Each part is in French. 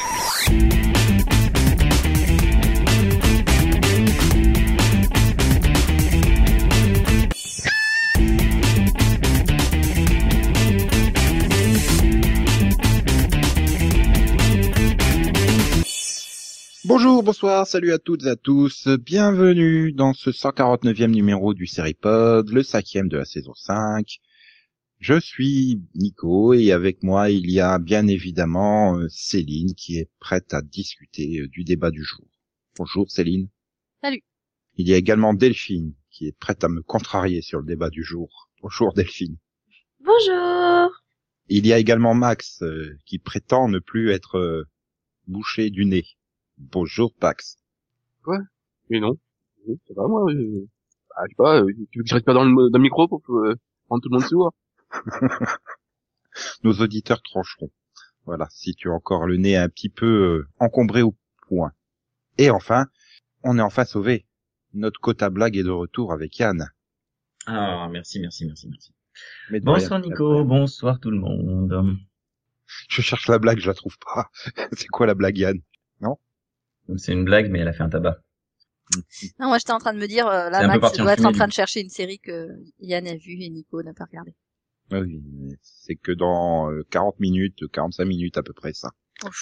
Bonjour, bonsoir, salut à toutes et à tous, bienvenue dans ce 149e numéro du Seripod, le 5e de la saison 5. Je suis Nico et avec moi il y a bien évidemment Céline qui est prête à discuter du débat du jour. Bonjour Céline. Salut. Il y a également Delphine qui est prête à me contrarier sur le débat du jour. Bonjour Delphine. Bonjour. Il y a également Max qui prétend ne plus être bouché du nez. Bonjour Pax. Ouais, mais non. C'est pas moi. Je sais pas, tu veux que je reste pas dans le micro pour prendre tout le monde sourd? Nos auditeurs trancheront. Voilà, si tu as encore le nez un petit peu encombré au point. Et enfin, on est enfin sauvé. Notre quota blague est de retour avec Yann. Ah, merci. Mais Bonsoir Nico, bonsoir tout le monde. Je cherche la blague, je la trouve pas. C'est quoi la blague, Yann? Non? C'est une blague, mais elle a fait un tabac. Non, moi j'étais en train de me dire, là Max doit être en train de chercher une série que Yann a vue et Nico n'a pas regardé. Oui, c'est que dans 40 minutes, 45 minutes à peu près ça.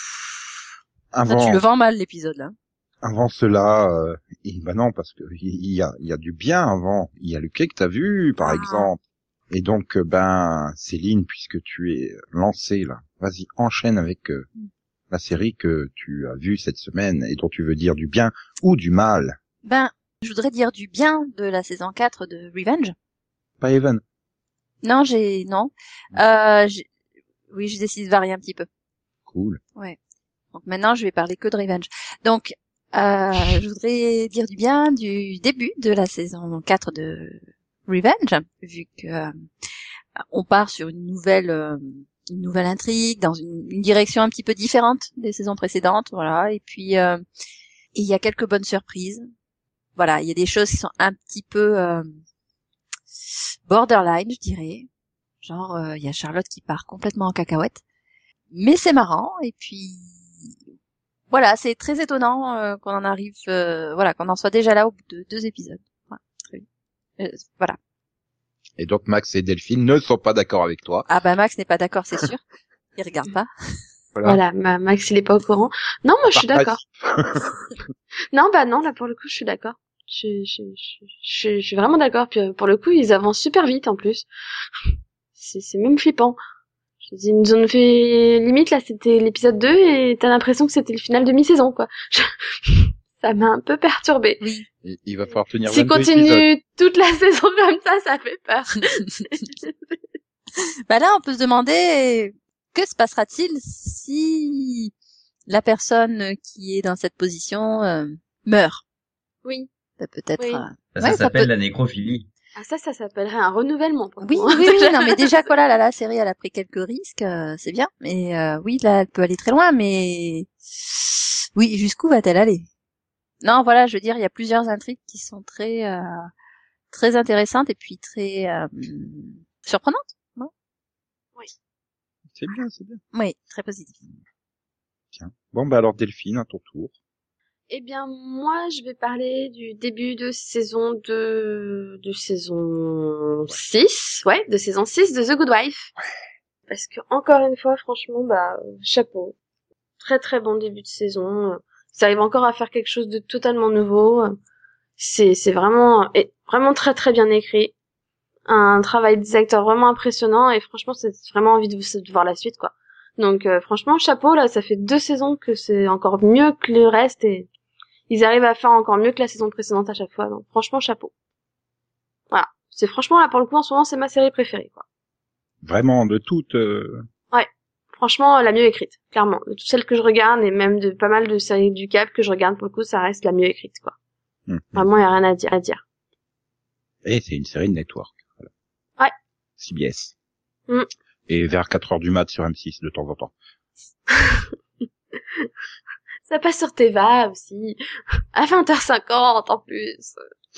Avant, ça, tu le vends mal l'épisode là. Avant cela, non, parce que il y a du bien avant. Il y a le quai que t'as vu, par exemple. Et donc, Céline, puisque tu es lancée là, vas-y, enchaîne avec la série que tu as vue cette semaine et dont tu veux dire du bien ou du mal. Je voudrais dire du bien de la saison 4 de Revenge. Pas Even. Non, j'ai décidé de varier un petit peu. Cool. Ouais. Donc maintenant, je vais parler que de Revenge. Donc, je voudrais dire du bien du début de la saison 4 de Revenge, vu que on part sur une nouvelle intrigue dans une direction un petit peu différente des saisons précédentes, voilà. Et puis il y a quelques bonnes surprises. Voilà, il y a des choses qui sont un petit peu borderline, je dirais. Genre il y a Charlotte qui part complètement en cacahuète. Mais c'est marrant et puis voilà, c'est très étonnant qu'on en arrive qu'on en soit déjà là au bout de 2 épisodes. Voilà. Et donc Max et Delphine ne sont pas d'accord avec toi. Ah Max n'est pas d'accord, c'est sûr. Il regarde pas. Voilà, Max il est pas au courant. Non, moi je suis d'accord. Non, là pour le coup je suis d'accord. Je suis vraiment d'accord. Puis pour le coup ils avancent super vite en plus. C'est même flippant. Ils nous ont fait limite là, c'était l'épisode 2 et t'as l'impression que c'était le final de mi-saison quoi. Ça m'a un peu perturbée. Oui. Il va falloir tenir 22 épisodes. Si continue toute la saison comme ça fait peur. Là, on peut se demander que se passera-t-il si la personne qui est dans cette position meurt. Oui. Peut-être. Oui. Ça s'appelle la nécrophilie. Ah ça s'appellerait un renouvellement. Oui, non mais déjà quoi là, la série elle a pris quelques risques, c'est bien. Mais oui, là elle peut aller très loin, mais oui, jusqu'où va-t-elle aller? Non, voilà, je veux dire, il y a plusieurs intrigues qui sont très très intéressantes et puis très surprenantes. Non? Oui. C'est bien. Oui, très positif. Tiens. Bon alors Delphine, à ton tour. Eh bien, moi, je vais parler du début de saison 6, de saison 6 de The Good Wife. Ouais. Parce que, encore une fois, franchement, chapeau. Très très bon début de saison. Ça arrive encore à faire quelque chose de totalement nouveau. C'est vraiment très très bien écrit. Un travail des acteurs vraiment impressionnant et franchement, c'est vraiment envie de voir la suite, quoi. Donc, franchement, chapeau, là, ça fait 2 saisons que c'est encore mieux que le reste et ils arrivent à faire encore mieux que la saison précédente à chaque fois. Donc, franchement, chapeau. Voilà. C'est franchement, là, pour le coup, en ce moment, c'est ma série préférée, quoi. Vraiment, de toutes... Ouais. Franchement, la mieux écrite, clairement. De toutes celles que je regarde, et même de pas mal de séries du Cap que je regarde, pour le coup, ça reste la mieux écrite, quoi. Vraiment, y a rien à dire. Et c'est une série de network. Voilà. Ouais. CBS. Et vers 4h du mat sur M6, de temps en temps. Ça passe sur Teva aussi. À 20h50, en plus.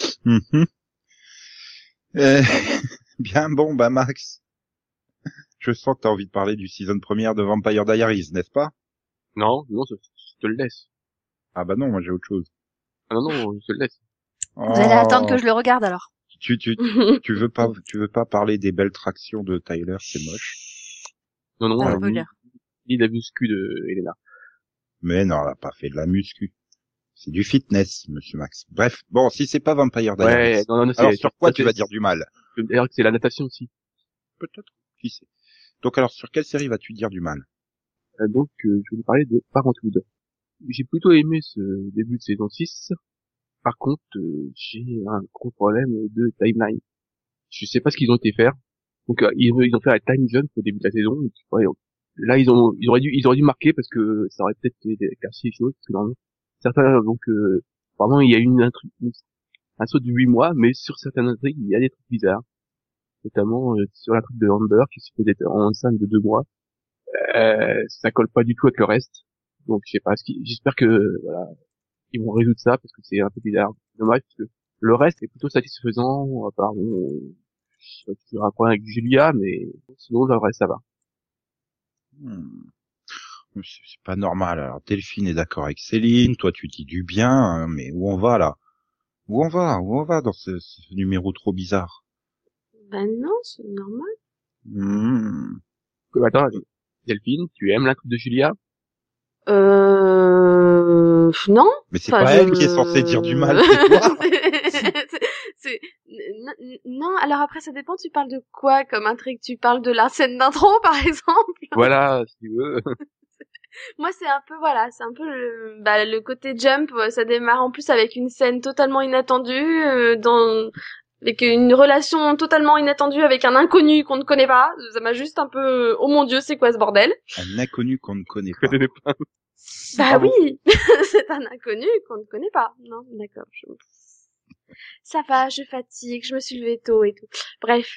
Bien, bon, Max. Je sens que t'as envie de parler du season première de Vampire Diaries, n'est-ce pas? Non, je te le laisse. Ah bah non, moi j'ai autre chose. Ah non, je te le laisse. Vous allez attendre que je le regarde alors. Tu veux pas parler des belles tractions de Tyler, c'est moche. Non, Un Ah, spoiler. ni la muscu de Elena. Mais non, elle a pas fait de la muscu. C'est du fitness, monsieur Max. Bref, bon, si c'est pas Vampire Diaries. Ouais, non, Alors sur quoi tu vas dire du mal? D'ailleurs, c'est la natation aussi. Peut-être, qui sait. Donc alors, sur quelle série vas-tu dire du mal? Donc, je voulais parler de Parenthood. J'ai plutôt aimé ce début de saison 6. Par contre, j'ai un gros problème de timeline. Je sais pas ce qu'ils ont été faire. Donc, ils ont fait la time jump au début de la saison. Ouais, là, ils auraient dû marquer parce que ça aurait peut-être cassé les choses. Parce que normalement, certains, donc, apparemment, il y a un saut de 8 mois, mais sur certaines intrigues, il y a des trucs bizarres. Notamment, sur la truc de Amber, qui se peut être enceinte de 2 mois. Ça colle pas du tout avec le reste. Donc, je sais pas, j'espère que, voilà, ils vont résoudre ça parce que c'est un peu bizarre. C'est dommage parce que le reste est plutôt satisfaisant. À part, tu as un problème avec Julia, mais sinon, le reste, ça va. C'est pas normal. Alors, Delphine est d'accord avec Céline. Toi, tu dis du bien, hein, mais où on va, là? Où on va dans ce numéro trop bizarre? Ben non, c'est normal. Attends, Delphine, tu aimes la coupe de Julia? Non. Mais c'est pas elle qui est censée dire du mal, c'est toi. Non, alors après ça dépend, tu parles de quoi comme intrigue? Tu parles de la scène d'intro par exemple? Voilà, si tu veux. Moi c'est un peu le côté jump, ça démarre en plus avec une scène totalement inattendue avec une relation totalement inattendue avec un inconnu qu'on ne connaît pas. Ça m'a juste un peu oh mon dieu, c'est quoi ce bordel? Un inconnu qu'on ne connaît pas. Bah Ah bon. oui, c'est un inconnu qu'on ne connaît pas. Non, d'accord. Ça va, je fatigue, je me suis levée tôt et tout. Bref.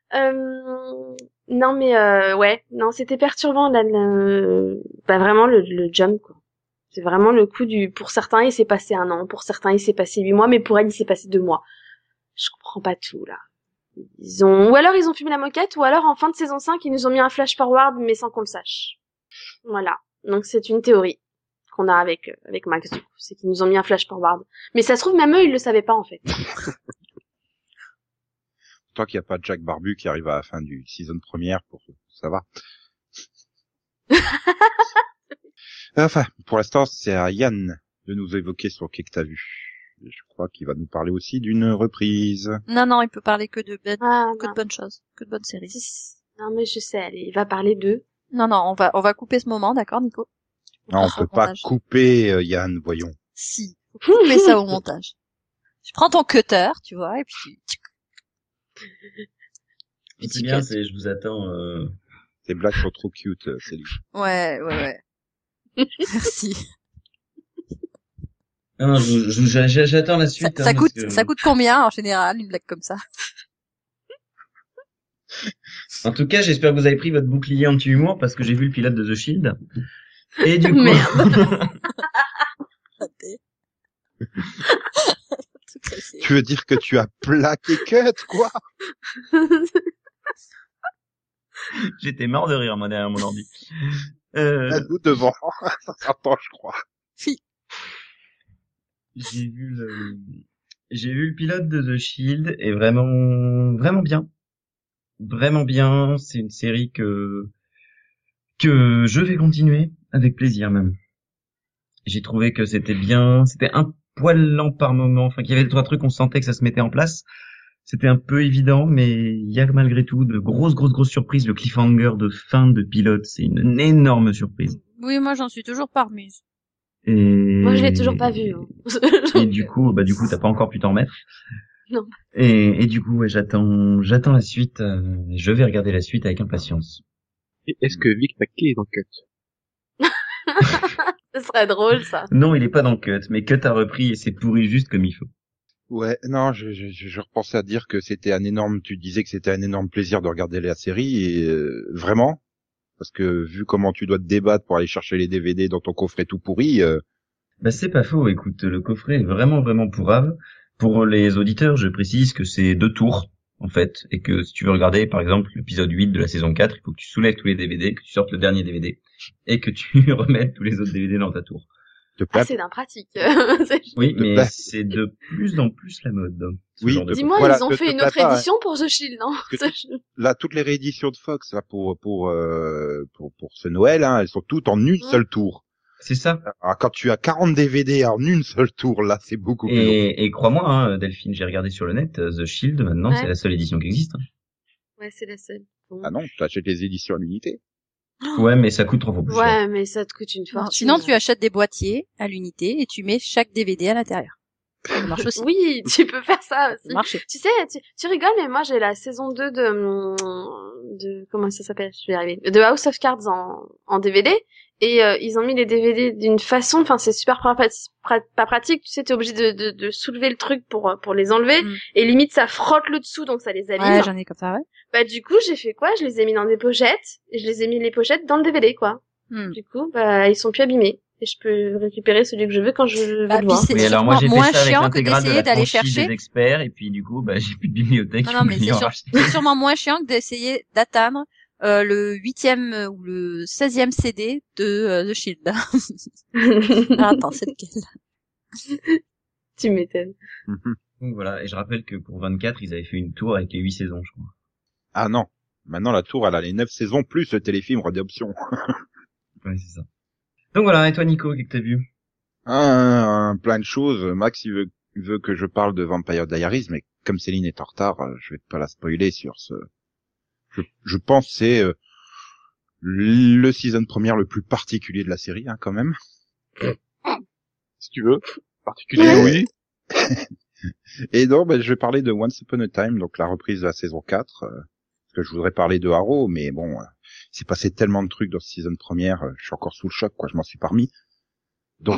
Non mais ouais, non, c'était perturbant bah vraiment le jump quoi. C'est vraiment le coup pour certains il s'est passé 1 an, pour certains il s'est passé 8 mois, mais pour elle il s'est passé 2 mois. Je comprends pas tout là. Ou alors ils ont filmé la moquette, ou alors en fin de saison 5 ils nous ont mis un flash forward mais sans qu'on le sache. Voilà. Donc c'est une théorie qu'on a avec Max du coup, c'est qu'ils nous ont mis un flash forward. Mais ça se trouve même eux ils le savaient pas en fait. Tant qu'il n'y a pas Jack Barbu qui arrive à la fin du season première, ça va. Enfin, pour l'instant, c'est à Yann de nous évoquer sur Qu'est-ce que t'as vu. Je crois qu'il va nous parler aussi d'une reprise. Non, il peut parler que de Non. bonnes choses, que de bonnes séries. Non mais je sais, allez, il va parler d'eux. Non, on va couper ce moment, d'accord, Nico? Non, on peut pas couper Yann, voyons. Si, faut couper ça au montage. Tu prends ton cutter, tu vois, et puis C'est bien, je vous attends. Ces blagues sont trop cute, Céline. Ouais. Merci. Non, j'attends la suite. Ça coûte combien en général une blague comme ça? En tout cas, j'espère que vous avez pris votre bouclier anti-humour parce que j'ai vu le pilote de The Shield. Et du coup. Merde. Tu veux dire que tu as plaqué cut, quoi? J'étais mort de rire, moi, derrière mon ordi. Nous devant. Ça s'entend, je crois. Si. J'ai vu le pilote de The Shield et vraiment bien. Vraiment bien. C'est une série que je vais continuer avec plaisir même. J'ai trouvé que c'était bien. C'était un poil lent par moment. Enfin, qu'il y avait 2-3 trucs, on sentait que ça se mettait en place. C'était un peu évident, mais il y a malgré tout de grosses surprises. Le cliffhanger de fin de pilote, c'est une énorme surprise. Oui, moi j'en suis toujours pas remise. Et... Moi je l'ai toujours pas vu. Hein. Et du coup, t'as pas encore pu t'en remettre. Non. Et du coup, ouais, j'attends la suite. Je vais regarder la suite avec impatience. Et est-ce que Vic Paquet est dans Cut? Ce serait drôle ça. Non, il est pas dans Cut, mais Cut a repris et c'est pourri juste comme il faut. Ouais, non, je repensais à dire que c'était tu disais que c'était un énorme plaisir de regarder la série et vraiment, parce que vu comment tu dois te débattre pour aller chercher les DVD dans ton coffret tout pourri. Bah c'est pas faux. Écoute, le coffret est vraiment pourrave. Pour les auditeurs, je précise que c'est 2 tours. en fait, et que si tu veux regarder, par exemple, l'épisode 8 de la saison 4, il faut que tu soulèves tous les DVD, que tu sortes le dernier DVD, et que tu remettes tous les autres DVD dans ta tour. C'est d'un pratique. Oui, mais plaît. c'est de plus en plus la mode. Ce Oui, genre de Dis-moi, voilà, ils ont te fait une plains autre pas, édition pour The Shield, non? là, toutes les rééditions de Fox, là, pour ce Noël, hein, elles sont toutes en une seule tour. C'est ça. Alors, quand tu as 40 DVD en une seule tour, là, c'est beaucoup plus long. Et crois-moi, hein, Delphine, j'ai regardé sur le net, The Shield, maintenant, Ouais. c'est la seule édition qui existe. Hein. Ouais, c'est la seule. Bon. Ah non, tu achètes les éditions à l'unité. Ouais, mais ça coûte 3 fois plus cher. Ouais, mais ça te coûte une Non, fortune. sinon, tu achètes des boîtiers à l'unité et tu mets chaque DVD à l'intérieur. Ça marche aussi. Oui, tu peux faire ça Ça aussi. marche. Tu sais, tu rigoles, mais moi j'ai la saison 2 de comment ça s'appelle? Je vais y arriver. De House of Cards en DVD. Et ils ont mis les DVD d'une façon, enfin c'est super pas pratique, tu sais, t'es obligé de soulever le truc pour les enlever, et limite ça frotte le dessous, donc ça les abîme. Ouais, j'en ai comme ça, ouais. Bah du coup j'ai fait quoi? Je les ai mis dans des pochettes, et je les ai mis les pochettes dans le DVD, quoi. Du coup, bah ils sont plus abîmés. Et je peux récupérer celui que je veux quand je veux Bah, le voir. puis Oui, alors moi j'ai moins fait ça avec chiant que l'intégrale de d'essayer la d'aller franchise chercher. des experts, et puis du coup, bah j'ai plus de bibliothèque. Non, mais je peux c'est en racheter. c'est sûrement moins chiant que d'essayer d'atteindre le 8e ou le 16e CD de The Shield. Ah, attends, c'est lequel? Tu m'étonnes. Donc voilà, et je rappelle que pour 24, ils avaient fait une tour avec les 8 saisons, je crois. Ah non. Maintenant, la tour, elle a les 9 saisons plus le téléfilm Redemption. Ouais, c'est ça. Donc voilà, et toi Nico, qu'est-ce que t'as vu? Plein de choses. Max, il veut que je parle de Vampire Diaries, mais comme Céline est en retard, je vais pas la spoiler sur ce... Je pense que c'est le season première le plus particulier de la série, hein, quand même. Si tu veux. Particulier, oui. Et donc, je vais parler de Once Upon a Time, donc la reprise de la saison 4, parce que je voudrais parler de Arrow, mais bon, il s'est passé tellement de trucs dans cette saison première, je suis encore sous le choc, quoi, je m'en suis pas remis. Donc,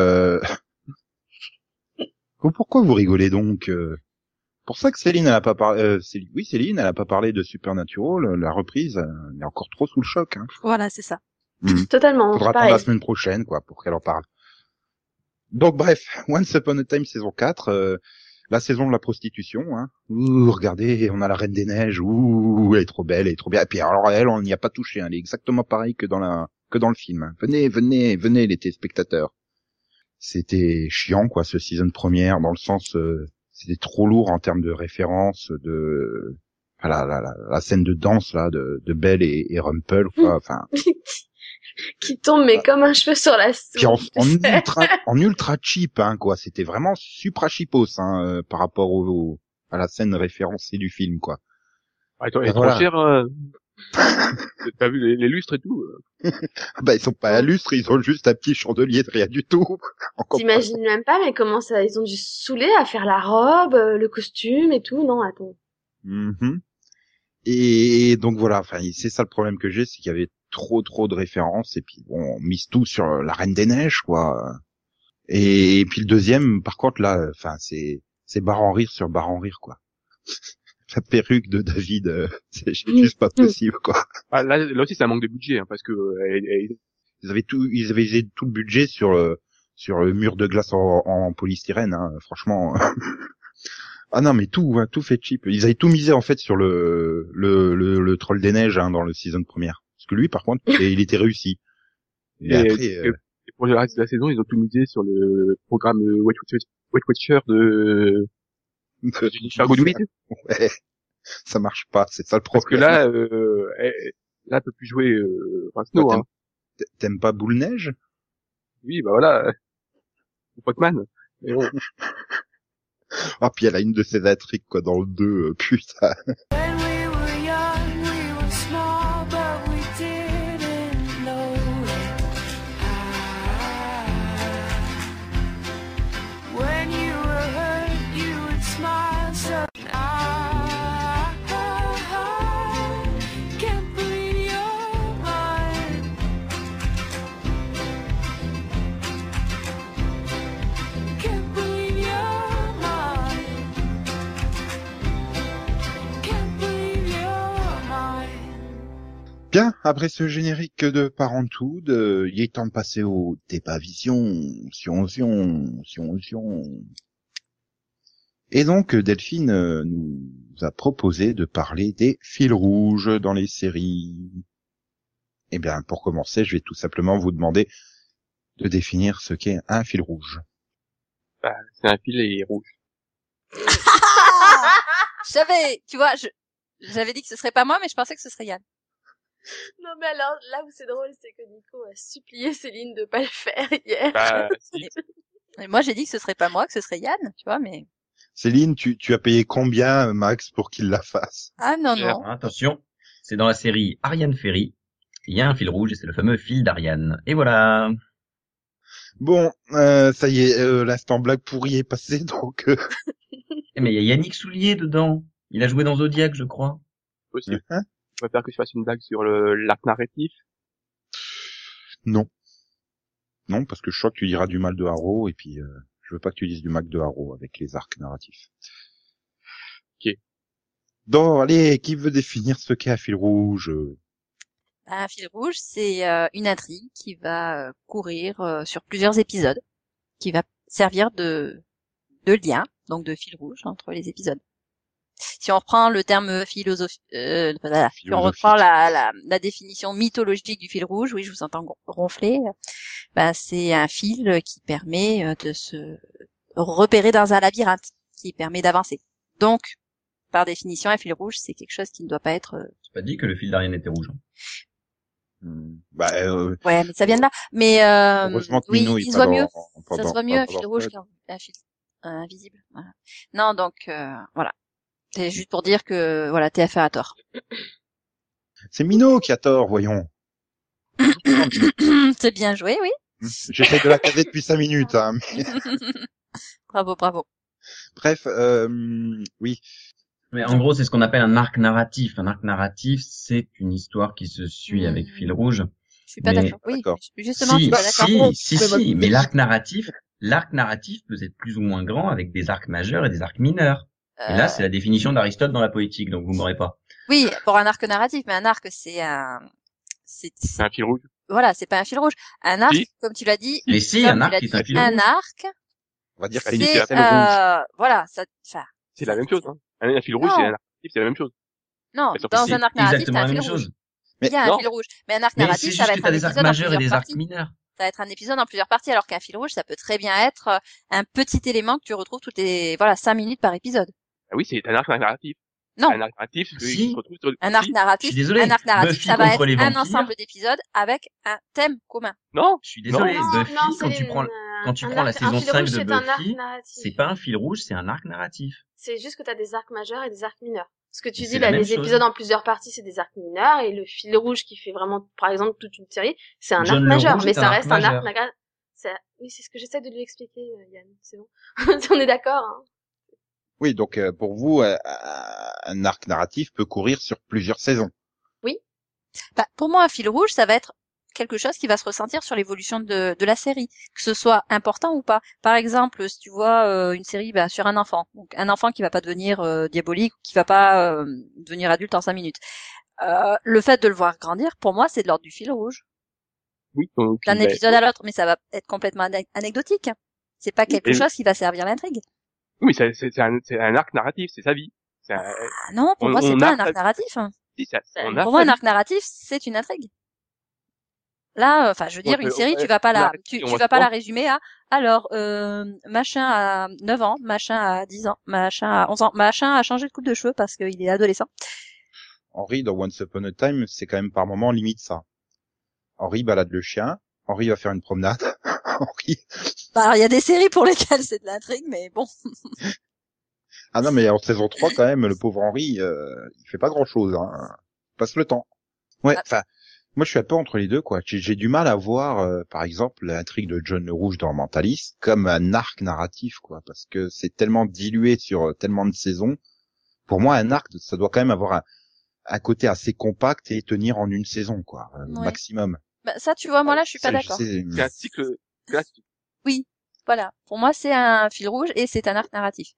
pourquoi vous rigolez donc pour ça que Céline, elle a pas parlé, Céline, elle a pas parlé de Supernatural, la reprise, elle est encore trop sous le choc, hein. Voilà, c'est ça. Totalement. Faudra attendre pareil. la semaine prochaine, quoi, pour qu'elle en parle. Donc bref, Once Upon a Time saison 4, la saison de la prostitution, hein. Ouh, regardez, on a la Reine des Neiges, ouh, elle est trop belle, elle est trop bien. Et puis alors elle, on n'y a pas touché, hein. Elle est exactement pareille que dans le film. Hein. Venez les téléspectateurs. C'était chiant, quoi, ce season première, dans le sens, c'était trop lourd en termes de référence, de la scène de danse là, de Belle et Rumpel, quoi. Enfin. Qui tombe mais comme un cheveu sur la soupe. Puis en ultra cheap, hein, quoi. C'était vraiment supra cheapos, hein, par rapport à la scène référencée du film, quoi. Attends, elle est Voilà. trop chère. T'as vu les lustres et tout. Bah ils sont pas à lustre, ils ont juste un petit chandelier de rien du tout. T'imagines même pas, mais comment ça, ils ont dû se saouler à faire la robe, le costume et tout, non, attends. Mm-hmm. Et donc voilà, enfin c'est ça le problème que j'ai, c'est qu'il y avait trop de références et puis bon, on mise tout sur la Reine des Neiges, quoi. Et puis le deuxième, par contre là, enfin c'est barre en rire sur barre en rire, quoi. La perruque de David, c'est juste pas possible, quoi. Ah, là aussi, c'est un manque de budget, hein, parce que Ils avaient usé tout le budget sur le mur de glace en polystyrène, hein, franchement. Ah non, mais tout fait cheap. Ils avaient tout misé en fait sur le troll des neiges, hein, dans le season première. Parce que lui, par contre, il était réussi. Et après, et pour le reste de la saison, ils ont tout misé sur le programme Weight Watcher de Jennifer Goodwin. Ouais, ça marche pas, c'est ça le Parce que problème. là, elle peut plus jouer Snow, hein. T'aimes pas Boule Neige? Oui, bah voilà. Ou Pac-Man. Mais bon. Ah, puis elle a une de ses intrigues, quoi, dans le 2, putain. Bien, après ce générique de Parenthood, il est temps de passer au débat vision, sion. Et donc, Delphine nous a proposé de parler des fils rouges dans les séries. Eh bien, pour commencer, je vais tout simplement vous demander de définir ce qu'est un fil rouge. Bah, c'est un fil et rouge. Tu vois, j'avais dit que ce serait pas moi, mais je pensais que ce serait Yann. Non mais alors, là où c'est drôle, c'est que Nico a supplié Céline de pas le faire hier. Bah, si. Et moi, j'ai dit que ce serait pas moi, que ce serait Yann, tu vois, mais... Céline, tu as payé combien, Max, pour qu'il la fasse? Ah non, Cher, non. Attention, c'est dans la série Ariane Ferry. Il y a un fil rouge et c'est le fameux fil d'Ariane. Et voilà. Bon, ça y est, l'instant blague pourri est passé, donc... Mais il y a Yannick Soulier dedans. Il a joué dans Zodiac, je crois. Possible. Hein? Tu préfères que je fasse une blague sur l'arc narratif? Non. Non, parce que je crois que tu diras du mal de Arrow, et puis je veux pas que tu dises du mal de Arrow avec les arcs narratifs. Ok. Donc, allez, qui veut définir ce qu'est un fil rouge? Un fil rouge, c'est une intrigue qui va courir sur plusieurs épisodes, qui va servir de lien, donc de fil rouge entre les épisodes. Si on reprend le terme philosophie, si on reprend la définition mythologique du fil rouge, oui, je vous entends ronfler, ben, c'est un fil qui permet de se repérer dans un labyrinthe, qui permet d'avancer. Donc, par définition, un fil rouge, c'est quelque chose qui ne doit pas être... C'est pas dit que le fil d'Ariane était rouge. Bah, Ouais, mais ça vient de là. Mais heureusement que oui, Nino il est se pas voit mieux. pendant, Ça se voit mieux un pendant fil rouge qu'un fil invisible. Voilà. Non, donc voilà. C'est juste pour dire que voilà, TF1 a tort. C'est Mino qui a tort, voyons. C'est bien joué, oui. J'essaie de la caser depuis 5 minutes, hein. Mais... Bravo, bravo. Bref, oui. Mais en gros, c'est ce qu'on appelle un arc narratif. Un arc narratif, c'est une histoire qui se suit avec fil rouge. Je suis pas Mais- d'accord. Oui, D'accord. justement, je suis pas d'accord. Si, mais l'arc narratif peut être plus ou moins grand avec des arcs majeurs et des arcs mineurs. Et là, c'est la définition d'Aristote dans la poétique, donc vous m'aurez pas. Oui, pour un arc narratif, mais un arc, c'est C'est un fil rouge. voilà, c'est pas un fil rouge. Un arc, Si. comme tu l'as dit, Mais si, comme un tu arc l'as est un dit, fil un rouge. arc, On va dire C'est qu'il la est scène rouge. voilà, ça, enfin, C'est la même chose, hein. Un fil rouge Non. et un arc narratif, c'est la même chose. non, Mais sauf que dans C'est un arc narratif, exactement t'as la un même fil rouge. chose. Mais Il y a un non. fil rouge. Mais un arc Mais narratif, c'est ça va juste que être t'as un des arcs épisode en majeurs et plusieurs des arcs parties. mineurs. Ça va être un épisode en plusieurs parties, alors qu'un fil rouge, ça peut très bien être un petit élément que tu retrouves toutes les, 5 minutes par épisode. Ah oui, c'est un arc narratif. Non. Un arc narratif, Si. qui se retrouve sur Un arc Si. narratif, Je suis désolé. un arc narratif, Buffy ça va contre être les un vampires. ensemble d'épisodes avec un thème commun. Non. Je suis désolé, Non, Buffy, quand tu Céline, prends, quand tu un prends la arc- un saison fil 5 rouge, de c'est un arc Buffy, narratif. c'est pas un fil rouge, c'est un arc narratif. C'est juste que t'as des arcs majeurs et des arcs mineurs. Ce que tu C'est dis la là, même les chose. épisodes en plusieurs parties, c'est des arcs mineurs, et le fil rouge qui fait vraiment, par exemple, toute une série, c'est un John arc le majeur, Rouge mais est un ça arc reste un arc majeur. majeur. Oui, c'est ce que j'essaie de lui expliquer, Yann. C'est bon. On est d'accord, hein. Oui, donc pour vous, un arc narratif peut courir sur plusieurs saisons. Bah, pour moi, un fil rouge, ça va être quelque chose qui va se ressentir sur l'évolution de la série, que ce soit important ou pas. Par exemple, si tu vois une série sur un enfant, donc un enfant qui va pas devenir diabolique, qui va pas devenir adulte en 5 minutes. Le fait de le voir grandir, pour moi, c'est de l'ordre du fil rouge. Oui, donc. D'un épisode à l'autre, mais ça va être complètement anecdotique. C'est pas quelque Et- chose qui va servir l'intrigue. Oui, mais c'est un arc narratif, c'est sa vie. C'est un, Ah non, pour On- moi, c'est on pas a- un arc narratif. si, ça, C'est- on a Pour moi, sa un vie. arc narratif, c'est une intrigue. Là, je veux dire, Ouais, une série, ouais, tu vas pas on la, arrête, tu on va vas se pas la prendre. résumer à, alors, machin à 9 ans, machin à 10 ans, machin à 11 ans, machin a changé de coupe de cheveux parce qu'il est adolescent. Henry, dans Once Upon a Time, c'est quand même par moment limite ça. Henry balade le chien, Henry va faire une promenade, Henry... Bah, il y a des séries pour lesquelles c'est de l'intrigue, mais bon. Ah non, mais en saison 3, quand même, le pauvre Henry, il fait pas grand-chose, hein. Il passe le temps. Ouais, Ah. enfin, moi je suis un peu entre les deux, quoi. J'ai du mal à voir, par exemple, l'intrigue de John le Rouge dans Mentalist comme un arc narratif, quoi, parce que c'est tellement dilué sur tellement de saisons. Pour moi, un arc, ça doit quand même avoir un côté assez compact et tenir en une saison, quoi, au Ouais. maximum. Bah, ça, tu vois, moi là, je suis pas d'accord. C'est un cycle classique. Oui, voilà. Pour moi, c'est un fil rouge et c'est un arc narratif.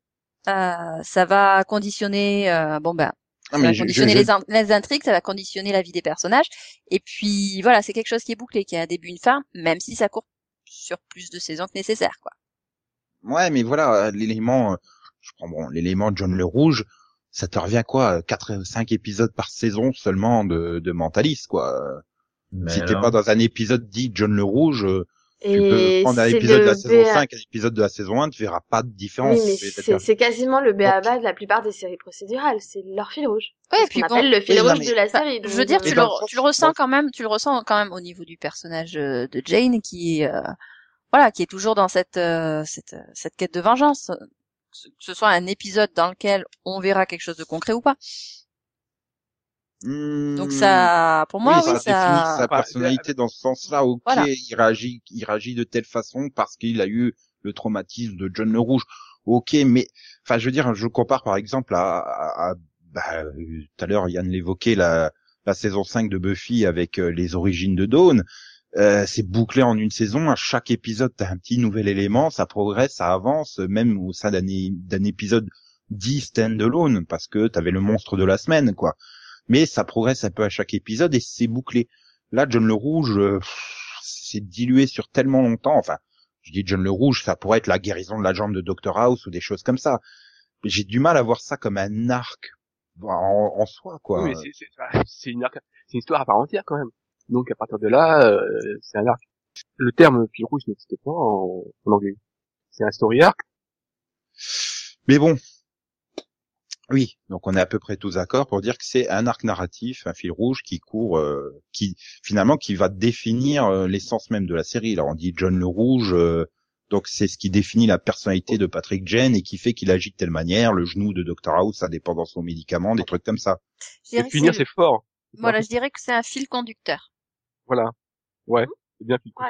Ça va conditionner, Non, ça mais va conditionner les intrigues, ça va conditionner la vie des personnages. Et puis, voilà, c'est quelque chose qui est bouclé, qui a un début, une fin, même si ça court sur plus de saisons que nécessaire, quoi. Ouais, mais voilà, l'élément, je prends bon, l'élément John le Rouge, ça te revient quoi, 4 5 épisodes par saison seulement de Mentalist, quoi. Mais Si t'es alors pas dans un épisode dit John le Rouge, tu peux Et prendre un c'est épisode de la le saison BA. 5, un épisode de la saison 1, tu verras pas de différence. Oui, mais Je vais te dire. c'est quasiment le b.a.-ba de la plupart des séries procédurales. C'est leur fil rouge. Ouais, C'est et ce puis qu'on bon, appelle le fil oui, non, rouge mais- de la enfin, série. je veux dire, Mais tu dans le, le sens- tu le ressens quand même, tu le ressens quand même au niveau du personnage de Jane qui, voilà, qui est toujours dans cette quête de vengeance. Que ce soit un épisode dans lequel on verra quelque chose de concret ou pas. Donc ça, pour moi, oui, oui, ça définit sa ça, personnalité dans ce sens-là. Ok, Voilà. il réagit de telle façon parce qu'il a eu le traumatisme de John le Rouge. Ok, mais enfin, je veux dire, je compare par exemple bah, tout à l'heure, Yann l'évoquait, la saison 5 de Buffy avec les origines de Dawn. C'est bouclé en une saison. À chaque épisode, t'as un petit nouvel élément, ça progresse, ça avance, même au sein d'un épisode dit stand-alone, parce que t'avais le monstre de la semaine, quoi. Mais ça progresse un peu à chaque épisode et c'est bouclé. Là, John le Rouge, c'est dilué sur tellement longtemps. Enfin, je dis John le Rouge, ça pourrait être la guérison de la jambe de Dr House ou des choses comme ça. Mais j'ai du mal à voir ça comme un arc en soi, quoi. Oui, mais c'est une histoire à part entière quand même. Donc à partir de là, c'est un arc. Le terme fil rouge n'existe pas en anglais. C'est un story arc. Mais bon, oui, donc on est à peu près tous d'accord pour dire que c'est un arc narratif, un fil rouge qui court, qui finalement qui va définir l'essence même de la série. Là, on dit John le Rouge, donc c'est ce qui définit la personnalité de Patrick Jane et qui fait qu'il agit de telle manière, le genou de Dr House, sa dépendance aux médicaments, des trucs comme ça. je dirais Et que finir, c'est fort. voilà, je dirais que c'est un fil conducteur. Voilà. Ouais, c'est bien fil Ouais.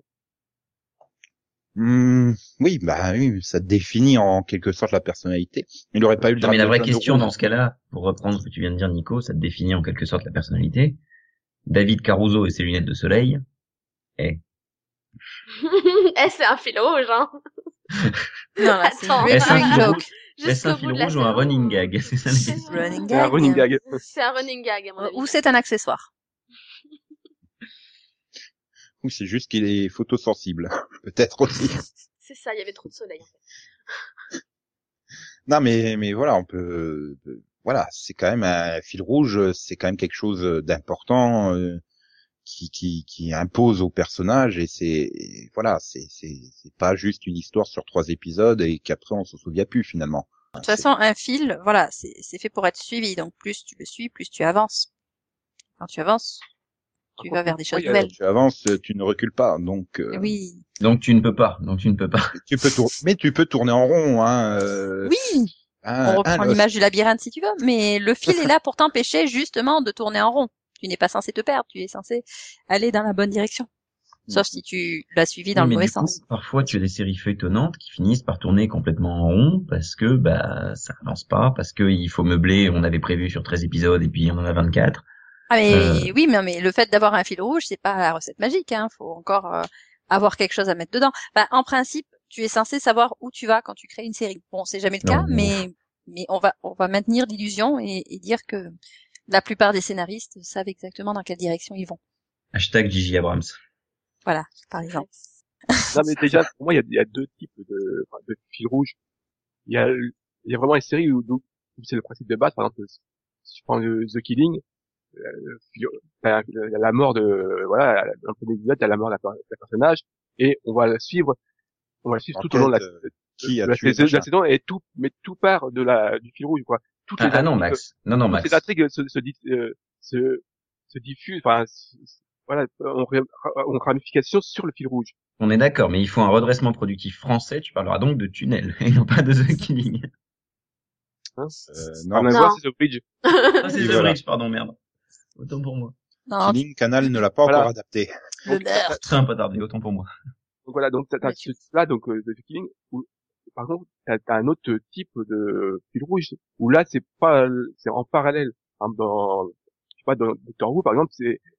Oui, bah oui, ça définit en quelque sorte la personnalité. Il n'aurait pas eu le Non, mais la drame de vraie John le question Rouge. dans ce cas-là, pour reprendre ce que tu viens de dire, Nico, ça te définit en quelque sorte la personnalité. David Caruso et ses lunettes de soleil. Eh, c'est un fil rouge, hein. Non, là, c'est Attends. une Est-ce un recurring fil joke. rouge Est-ce un Jusqu'au fil bout de la rouge ou un saison. running gag? C'est ça la question. Running C'est un gag. running gag. C'est un running gag, à mon avis. Ou c'est un accessoire. Ou c'est juste qu'il est photosensible, peut-être aussi. C'est ça, il y avait trop de soleil, en fait. Non, mais voilà, on peut, voilà, c'est quand même un fil rouge, c'est quand même quelque chose d'important qui impose au personnage et voilà, c'est pas juste une histoire sur 3 épisodes et qu'après on se souvient plus finalement. De toute façon, un fil, voilà, c'est fait pour être suivi. Donc plus tu le suis, plus tu avances. Quand tu avances, tu vas vers des choses nouvelles. Tu avances, tu ne recules pas, donc Oui. Donc tu ne peux pas. mais tu peux tourner en rond, hein. Oui. On reprend l'image du labyrinthe si tu veux, mais le fil est là pour t'empêcher justement de tourner en rond. Tu n'es pas censé te perdre, tu es censé aller dans la bonne direction. Sauf si tu l'as suivi dans le mauvais sens. Parfois, tu as des séries feuilletonnantes qui finissent par tourner complètement en rond parce que bah ça avance pas, parce que il faut meubler. On avait prévu sur 13 épisodes et puis on en a 24. Ah mais oui, mais le fait d'avoir un fil rouge, c'est pas la recette magique. Hein. Faut encore avoir quelque chose à mettre dedans. Bah, en principe, tu es censé savoir où tu vas quand tu crées une série. Bon, c'est jamais le cas, mais on va maintenir l'illusion et dire que la plupart des scénaristes savent exactement dans quelle direction ils vont. Hashtag Gigi Abrams. Voilà, par exemple. Non, mais déjà, pour moi, il y a deux types de fils rouges. Il y a vraiment les séries où c'est le principe de base. Par exemple, si je prends The Killing, la mort de, voilà, dans le premier épisode, t'as la mort d'un personnage, et on va le suivre tout au long de la saison, et tout part du fil rouge, quoi. Toutes les non, Max. Non, Max. Toutes les intrigues se diffusent, enfin, voilà, on ramification sur le fil rouge. On est d'accord, mais il faut un redressement productif français. Tu parleras donc de Tunnel et non pas de The Killing. Hein non. C'est The Bridge. Ah, c'est The Bridge, pardon, merde. Autant pour moi. Non, Killing Canal ne l'a pas encore adapté. Très pas tardé, autant pour moi. Donc voilà, donc t'as ce type-là, donc de The Killing, où par contre t'as un autre type de fil rouge où là c'est en parallèle. Dans Doctor Who par exemple,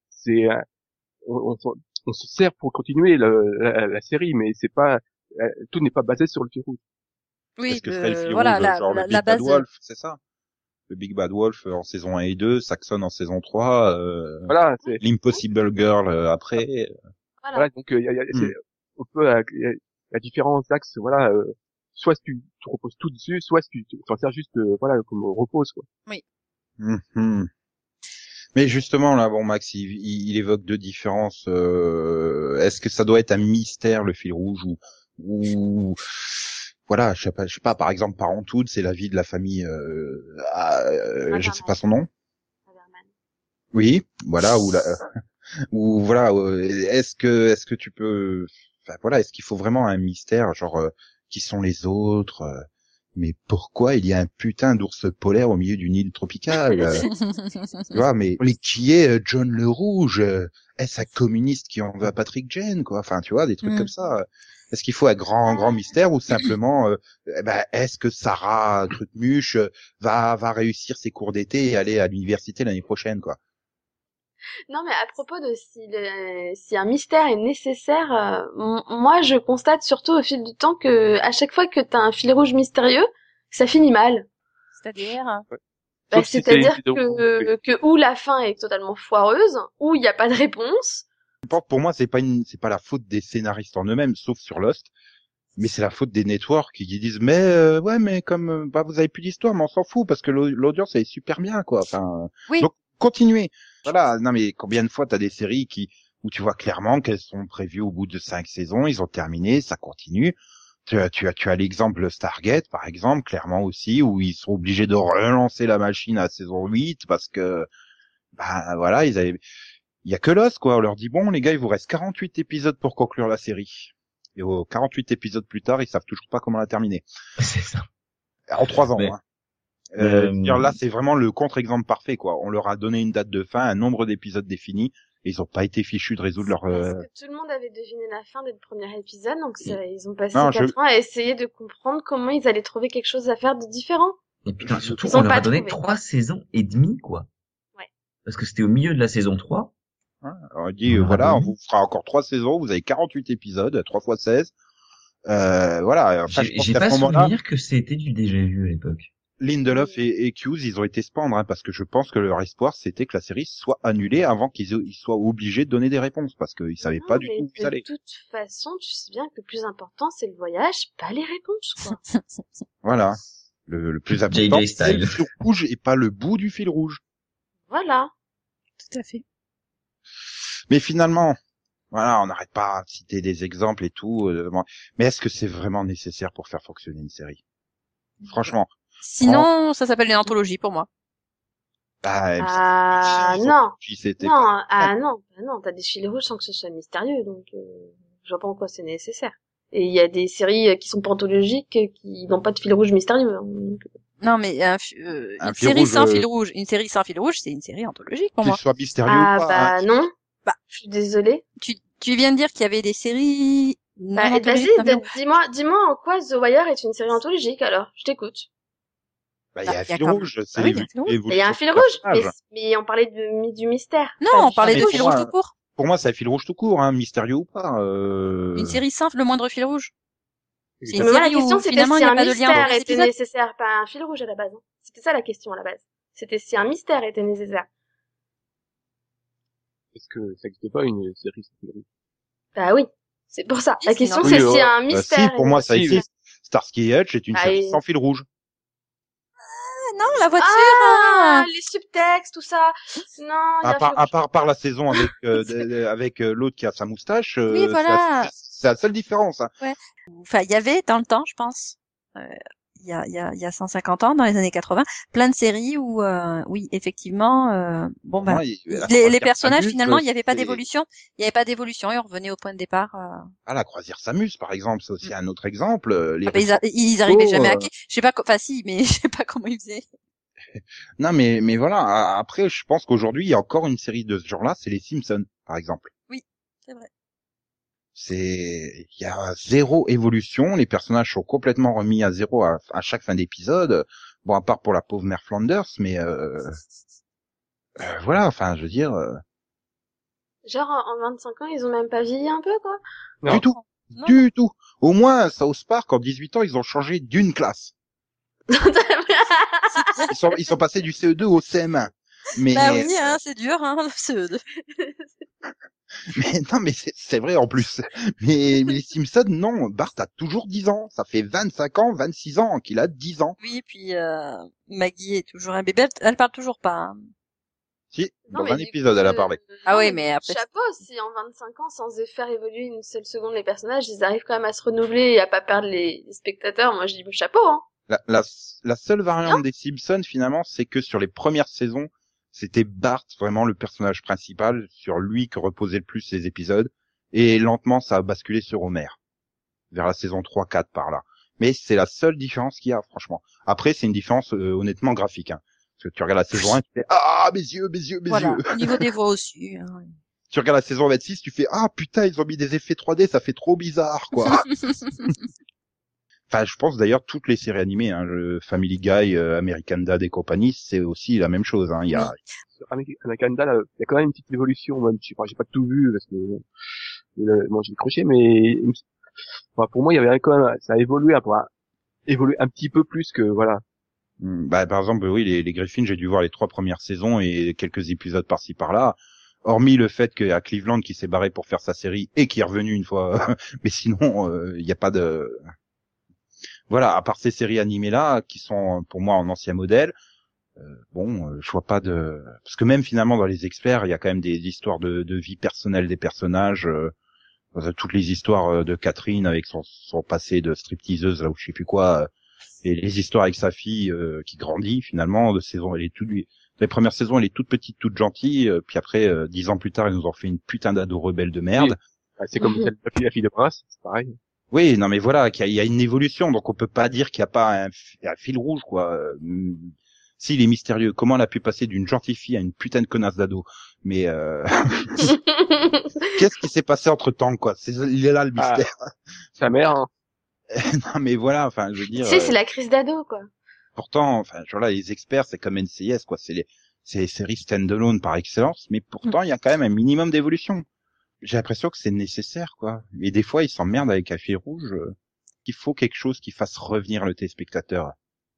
on se sert pour continuer la série, mais c'est pas tout n'est pas basé sur le fil rouge. Oui, Est-ce que serait le fil voilà, rouge, genre le Big Bad base. Wolf, c'est ça? Le Big Bad Wolf en saison 1 et 2, Saxon en saison 3, voilà, c'est l'Impossible Girl après. Voilà. donc on peut la différence axes, voilà, soit tu reposes tout dessus, soit tu t'en sers juste, voilà, comme repose, quoi. Mhm. Mais justement là, bon Max, il évoque deux différences. Est-ce que ça doit être un mystère le fil rouge ou voilà, je sais pas. Par exemple, Parenthood, c'est la vie de la famille. Je sais pas son nom. Oui, voilà, ou voilà. Est-ce que tu peux, enfin voilà, est-ce qu'il faut vraiment un mystère, genre qui sont les autres? Mais pourquoi il y a un putain d'ours polaire au milieu d'une île tropicale? Tu vois, mais qui est John le Rouge? Est-ce un communiste qui en veut à Patrick Jane, quoi? Enfin, tu vois, des trucs comme ça. Est-ce qu'il faut un grand mystère ou simplement, est-ce que Sarah Trucmuche va réussir ses cours d'été et aller à l'université l'année prochaine, quoi? Non, mais à propos de si un mystère est nécessaire, moi je constate surtout au fil du temps que à chaque fois que t'as un fil rouge mystérieux, ça finit mal. C'est-à-dire, Bah, Sauf si c'est-à-dire c'est une que ou la fin est totalement foireuse, ou il n'y a pas de réponse. Pour moi, c'est pas la faute des scénaristes en eux-mêmes, sauf sur Lost, mais c'est la faute des networks qui disent mais ouais, mais comme bah vous avez plus d'histoire, mais on s'en fout parce que l'audience elle est super bien, quoi. Enfin, oui. donc continuez. Voilà. Non mais combien de fois t'as des séries où tu vois clairement qu'elles sont prévues au bout de 5 saisons, ils ont terminé, ça continue. Tu as l'exemple Stargate, par exemple, clairement aussi, où ils sont obligés de relancer la machine à saison 8 parce que, bah, voilà, il y a que Lost, quoi. On leur dit, bon, les gars, il vous reste 48 épisodes pour conclure la série. Et aux 48 épisodes plus tard, ils savent toujours pas comment la terminer. C'est ça. En 3 ans, Mais, hein. Là, c'est vraiment le contre-exemple parfait, quoi. On leur a donné une date de fin, un nombre d'épisodes défini, et ils ont pas été fichus de résoudre leur... Parce que tout le monde avait deviné la fin dès le premier épisode, donc ils ont passé Non, 4 ans à essayer de comprendre comment ils allaient trouver quelque chose à faire de différent. Et putain, surtout, Ils ont on leur pas a donné trouvé. 3 saisons et demie, quoi. Ouais. Parce que c'était au milieu de la saison 3. On dit, On leur a voilà, on donné. vous fera encore 3 saisons, vous avez 48 épisodes, 3 fois 16. Voilà. Enfin, je pense J'ai qu'à pas ce moment-là, souvenir que c'était du déjà vu à l'époque. Lindelof et Hughes, ils ont été se pendre, hein, parce que je pense que leur espoir, c'était que la série soit annulée avant ils soient obligés de donner des réponses, parce qu'ils savaient pas du tout où ça allait. De toute façon, tu sais bien que le plus important, c'est le voyage, pas les réponses, quoi. Voilà. Le plus important, JJ c'est le style. fil rouge et pas le bout du fil rouge. Voilà. Tout à fait. Mais finalement, voilà, on n'arrête pas de citer des exemples et tout. Mais est-ce que c'est vraiment nécessaire pour faire fonctionner une série? Franchement. Sinon, ça s'appelle une anthologie pour moi. Non. C'était Non, non, t'as des fils rouges sans que ce soit mystérieux, donc je vois pas en quoi c'est nécessaire. Et il y a des séries qui sont pantologiques qui n'ont pas de fil rouge mystérieux. Hein, donc... Non, mais une fil série rouge, sans fil rouge, une série sans fil rouge, c'est une série anthologique pour qu'il moi. soit mystérieux ou pas. Bah non. Bah, je suis désolée. Tu viens de dire qu'il y avait des séries non anthologiques. Vas-y, dis-moi en quoi The Wire est une série anthologique alors. Je t'écoute. Bah, il y a un fil rouge, c'est l'évolution. Il y a un fil rouge, mais on parlait du mystère. Non, on parlait de fil rouge tout court. Pour moi, c'est un fil rouge tout court, hein, mystérieux ou pas. Une série sans le moindre fil rouge. Mais moi, la question, c'était si un mystère était nécessaire, pas un fil rouge à la base. C'était ça la question à la base. C'était si un mystère était nécessaire. Est-ce que ça n'existe pas une série sans fil rouge? Bah oui. C'est pour ça. La question, c'est si un mystère. Si, pour moi, ça existe. Starsky et Hutch est une série sans fil rouge. Non, la voiture. Les subtextes, tout ça. Non. À part la saison avec l'autre qui a sa moustache. Oui, voilà. C'est la seule différence. Hein. Ouais. Enfin, il y avait dans le temps, je pense. Il y a 150 ans, dans les années 80, plein de séries où, oui, effectivement, bon ben, les personnages finalement, il n'y avait pas d'évolution, il n'y avait pas d'évolution et on revenait au point de départ. Ah, la croisière s'amuse, par exemple, c'est aussi un autre exemple. Ils arrivaient jamais à qui, je sais pas, enfin si, mais je sais pas comment ils faisaient. Non, mais voilà. Après, je pense qu'aujourd'hui, il y a encore une série de ce genre-là, c'est les Simpsons, par exemple. Oui, c'est vrai. Il y a zéro évolution, les personnages sont complètement remis à zéro à chaque fin d'épisode. Bon, à part pour la pauvre mère Flanders, mais voilà, enfin, je veux dire. Genre en 25 ans, ils ont même pas vieilli un peu, quoi. Non. Du tout, non. Du tout. Au moins, South Park, en 18 ans, ils ont changé d'une classe. ils sont passés du CE2 au CM1. Mais bah oui, hein, c'est dur, hein, le CE2. Mais non, mais c'est vrai en plus. Mais les Simpsons, non, Bart a toujours 10 ans. Ça fait 25 ans, 26 ans qu'il a 10 ans. Oui, puis Maggie est toujours un bébé. Elle parle toujours pas. Hein. Si, Non, dans mais un du épisode, coup, elle a parlé. Ah non, oui, mais mais après- chapeau, si en 25 ans, sans faire évoluer une seule seconde les personnages, ils arrivent quand même à se renouveler et à pas perdre les spectateurs, moi je dis chapeau, hein. La seule variante des Simpsons, finalement, c'est que sur les premières saisons, c'était Bart, vraiment le personnage principal, sur lui que reposaient le plus les épisodes, et lentement, ça a basculé sur Homer, vers la saison 3-4 par là. Mais c'est la seule différence qu'il y a, franchement. Après, c'est une différence, honnêtement, graphique, hein. Parce que tu regardes la saison 1, tu fais, ah, mes yeux, mes yeux, mes Voilà. yeux. Au niveau des voix aussi. Hein. Tu regardes la saison 26, tu fais, ah, putain, ils ont mis des effets 3D, ça fait trop bizarre, quoi. Enfin, je pense d'ailleurs toutes les séries animées, hein, le Family Guy, American Dad et compagnie, c'est aussi la même chose. Hein. Il y a, Sur American Dad, il y a quand même une petite évolution, même si j'ai pas tout vu parce que bon, j'ai décroché, mais enfin, pour moi, il y avait quand même, ça a évolué un petit peu plus que voilà. bah, par exemple, oui, les Griffins, j'ai dû voir les 3 premières saisons et quelques épisodes par-ci par-là. Hormis le fait qu'à Cleveland, qui s'est barré pour faire sa série et qui est revenu une fois, mais sinon, il n'y a pas de. Voilà, à part ces séries animées là, qui sont pour moi en ancien modèle. Je vois pas de, parce que même finalement dans les experts, il y a quand même des histoires de vie personnelle des personnages. Toutes les histoires de Catherine avec son passé de stripteaseuse là ou je sais plus quoi, et les histoires avec sa fille qui grandit finalement de saison, elle est toute, les premières saisons elle est toute petite, toute gentille, puis après 10 ans plus tard ils nous ont fait une putain d'ado rebelle de merde. Oui. C'est comme la fille de Brass, c'est pareil. Oui, non mais voilà, qu'il y a une évolution, donc on peut pas dire qu'il y a pas un fil rouge quoi. S'il est mystérieux, comment elle a pu passer d'une gentille fille à une putain de connasse d'ado? Mais qu'est-ce qui s'est passé entre temps quoi? Il est là le mystère. Sa mère. Hein. Non mais voilà, enfin je veux dire. Tu sais, c'est la crise d'ado, quoi. Pourtant, enfin voilà, les experts c'est comme NCIS quoi, c'est les séries stand-alone par excellence, mais pourtant il y a quand même un minimum d'évolution. J'ai l'impression que c'est nécessaire quoi. Et des fois ils s'emmerdent avec un fil rouge. Il faut quelque chose qui fasse revenir le téléspectateur.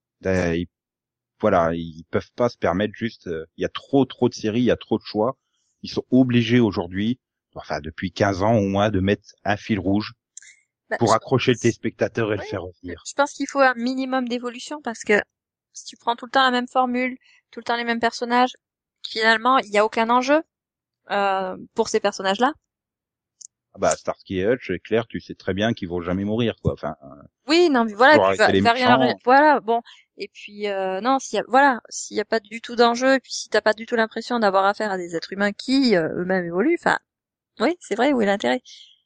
Voilà, ils peuvent pas se permettre juste, il y a trop de séries, il y a trop de choix. Ils sont obligés aujourd'hui, enfin depuis 15 ans au moins, de mettre un fil rouge pour accrocher le téléspectateur et le faire revenir. Je pense qu'il faut un minimum d'évolution parce que si tu prends tout le temps la même formule, tout le temps les mêmes personnages, finalement il n'y a aucun enjeu pour ces personnages-là. Ah bah Starsky et Hutch, c'est clair, tu sais très bien qu'ils vont jamais mourir quoi. Enfin. Oui, non, mais voilà, et puis va rien, voilà, bon. Et puis non, s'il y a pas du tout d'enjeu, et puis si t'as pas du tout l'impression d'avoir affaire à des êtres humains qui eux-mêmes évoluent, enfin, oui, c'est vrai, où est l'intérêt?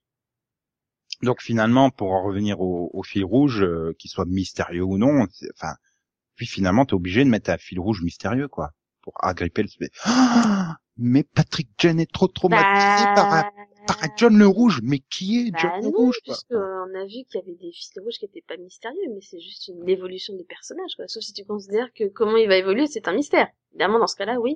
Donc finalement, pour en revenir au fil rouge, qu'il soit mystérieux ou non, enfin, puis finalement t'es obligé de mettre un fil rouge mystérieux quoi, pour agripper le. Oh, mais Patrick Jen est trop traumatisé par un John le Rouge, mais qui est John le Rouge quoi. Puisque on a vu qu'il y avait des fils rouges qui étaient pas mystérieux, mais c'est juste une évolution des personnages, quoi. Sauf si tu considères que comment il va évoluer, c'est un mystère. Évidemment, dans ce cas-là, oui.